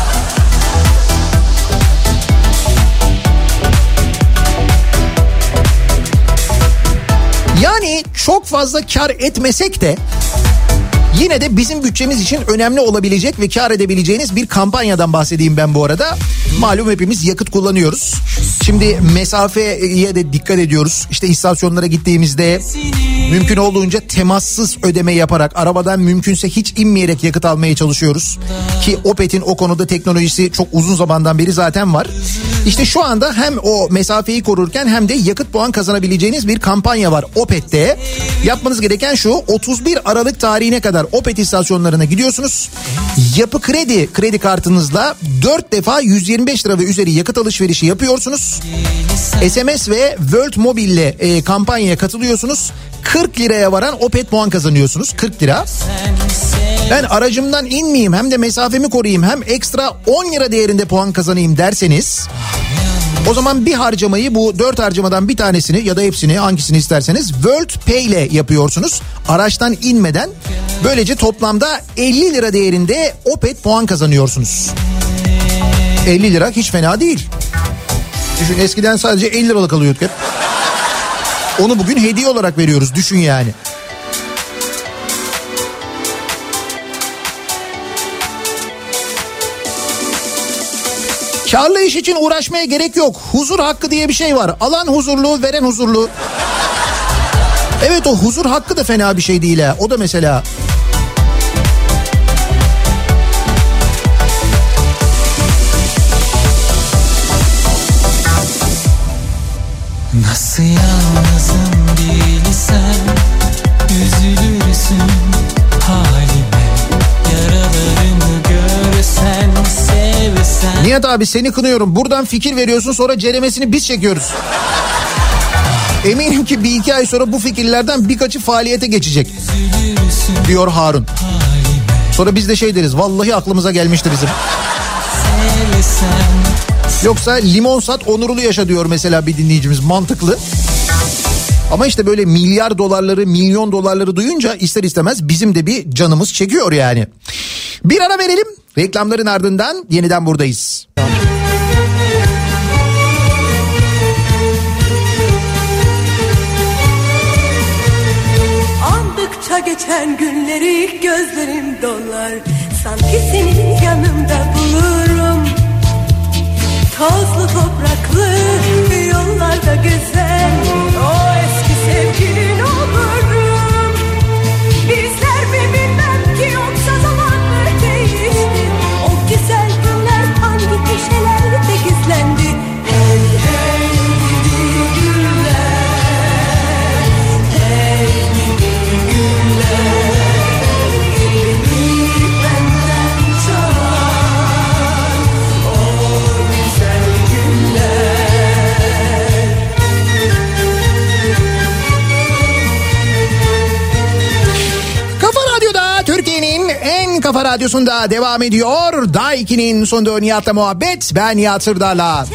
Yani çok fazla kar etmesek de yine de bizim bütçemiz için önemli olabilecek ve kar edebileceğiniz bir kampanyadan bahsedeyim ben bu arada. Malum hepimiz yakıt kullanıyoruz. Şimdi mesafeye de dikkat ediyoruz. İşte istasyonlara gittiğimizde mümkün olduğunca temassız ödeme yaparak, arabadan mümkünse hiç inmeyerek yakıt almaya çalışıyoruz. Ki Opet'in o konuda teknolojisi çok uzun zamandan beri zaten var. İşte şu anda hem o mesafeyi korurken hem de yakıt puan kazanabileceğiniz bir kampanya var Opet'te. Yapmanız gereken şu: 31 Aralık tarihine kadar Opet istasyonlarına gidiyorsunuz. Yapı kredi kartınızla 4 defa 125 lira ve üzeri yakıt alışverişi yapıyorsunuz. SMS ve World Mobile'le kampanyaya katılıyorsunuz. 40 liraya varan Opet puan kazanıyorsunuz. 40 lira. Ben aracımdan inmeyeyim, hem de mesafemi koruyayım, hem ekstra 10 lira değerinde puan kazanayım derseniz, o zaman bir harcamayı, bu 4 harcamadan bir tanesini ya da hepsini, hangisini isterseniz World Pay ile yapıyorsunuz. Araçtan inmeden, böylece toplamda 50 lira değerinde Opet puan kazanıyorsunuz. 50 lira hiç fena değil. Düşün, eskiden sadece 50 liralık alıyorduk hep. Onu bugün hediye olarak veriyoruz, düşün yani. Karlı iş için uğraşmaya gerek yok. Huzur hakkı diye bir şey var. Alan huzurlu, veren huzurlu. Evet, o huzur hakkı da fena bir şey değil ha. O da mesela.
Nasıl yalnızım değilsen, üzülürsün halime, yaralarımı görsen, sevsen.
Nihat abi seni kınıyorum. Buradan fikir veriyorsun, sonra ceremesini biz çekiyoruz. Eminim ki bir iki ay sonra bu fikirlerden birkaçı faaliyete geçecek. Diyor Harun. Sonra biz de şey deriz, vallahi aklımıza gelmişti bizim. Yoksa limon sat onurlu yaşa diyor mesela bir dinleyicimiz, mantıklı. Ama işte böyle milyar dolarları, milyon dolarları duyunca ister istemez bizim de bir canımız çekiyor yani. Bir ara verelim, reklamların ardından yeniden buradayız.
Andıkça geçen günleri gözlerim dolar, sanki senin yanımda bulurum. Tozlu topraklı yollarda gezen o eski sevgilin olurum. Bizler mi bilmem ki, yoksa zaman mı değişti? O güzel günler hangi köşelerde gizlendi? Hey hey gidi günler, hey gidi günler, beni benden çalan o güzel günler.
Kafa Radyo'da, Türkiye'nin en kafa radyosunda devam ediyor. Daiki'nin sunduğu Nihat'la muhabbet. Ben Nihat Sırdar'la.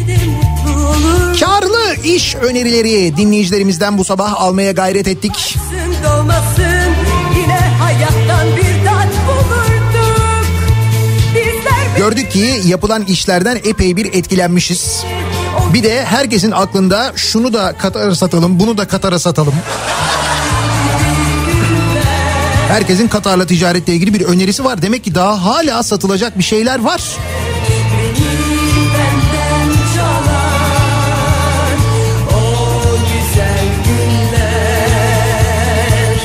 Karlı iş önerileri dinleyicilerimizden bu sabah almaya gayret ettik.
Dolmasın, yine hayattan bir tat bulurduk. Bizler
Gördük ki yapılan işlerden epey bir etkilenmişiz. Bir de herkesin aklında şunu da Katar'a satalım, bunu da Katar'a satalım. Herkesin Katar'la ticaretle ilgili bir önerisi var. Demek ki daha hala satılacak bir şeyler var.
benden çalan o güzel günler.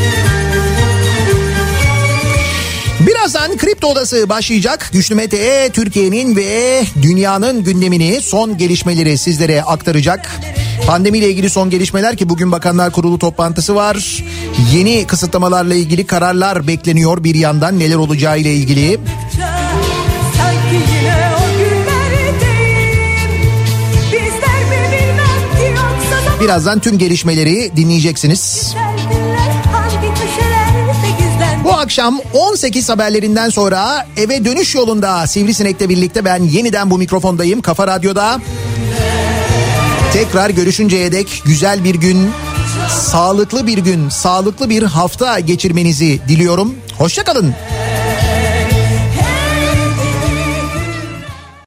Birazdan Kripto Odası başlayacak. Güçlü Mete Türkiye'nin ve dünyanın gündemini, son gelişmeleri sizlere aktaracak. Pandemiyle ilgili son gelişmeler, ki bugün Bakanlar Kurulu toplantısı var. Yeni kısıtlamalarla ilgili kararlar bekleniyor bir yandan, neler olacağı ile ilgili.
Sanki yine o günlerdeyim. Bizler mi bilmem ki, yoksa zaman
Birazdan tüm gelişmeleri dinleyeceksiniz.
güzel günler hangi köşelerde gizlendi?
Bu akşam 18 haberlerinden sonra eve dönüş yolunda Sivrisinek'le birlikte ben yeniden bu mikrofondayım Kafa Radyo'da. Tekrar görüşünceye dek güzel bir gün, sağlıklı bir gün, sağlıklı bir hafta geçirmenizi diliyorum. Hoşça kalın.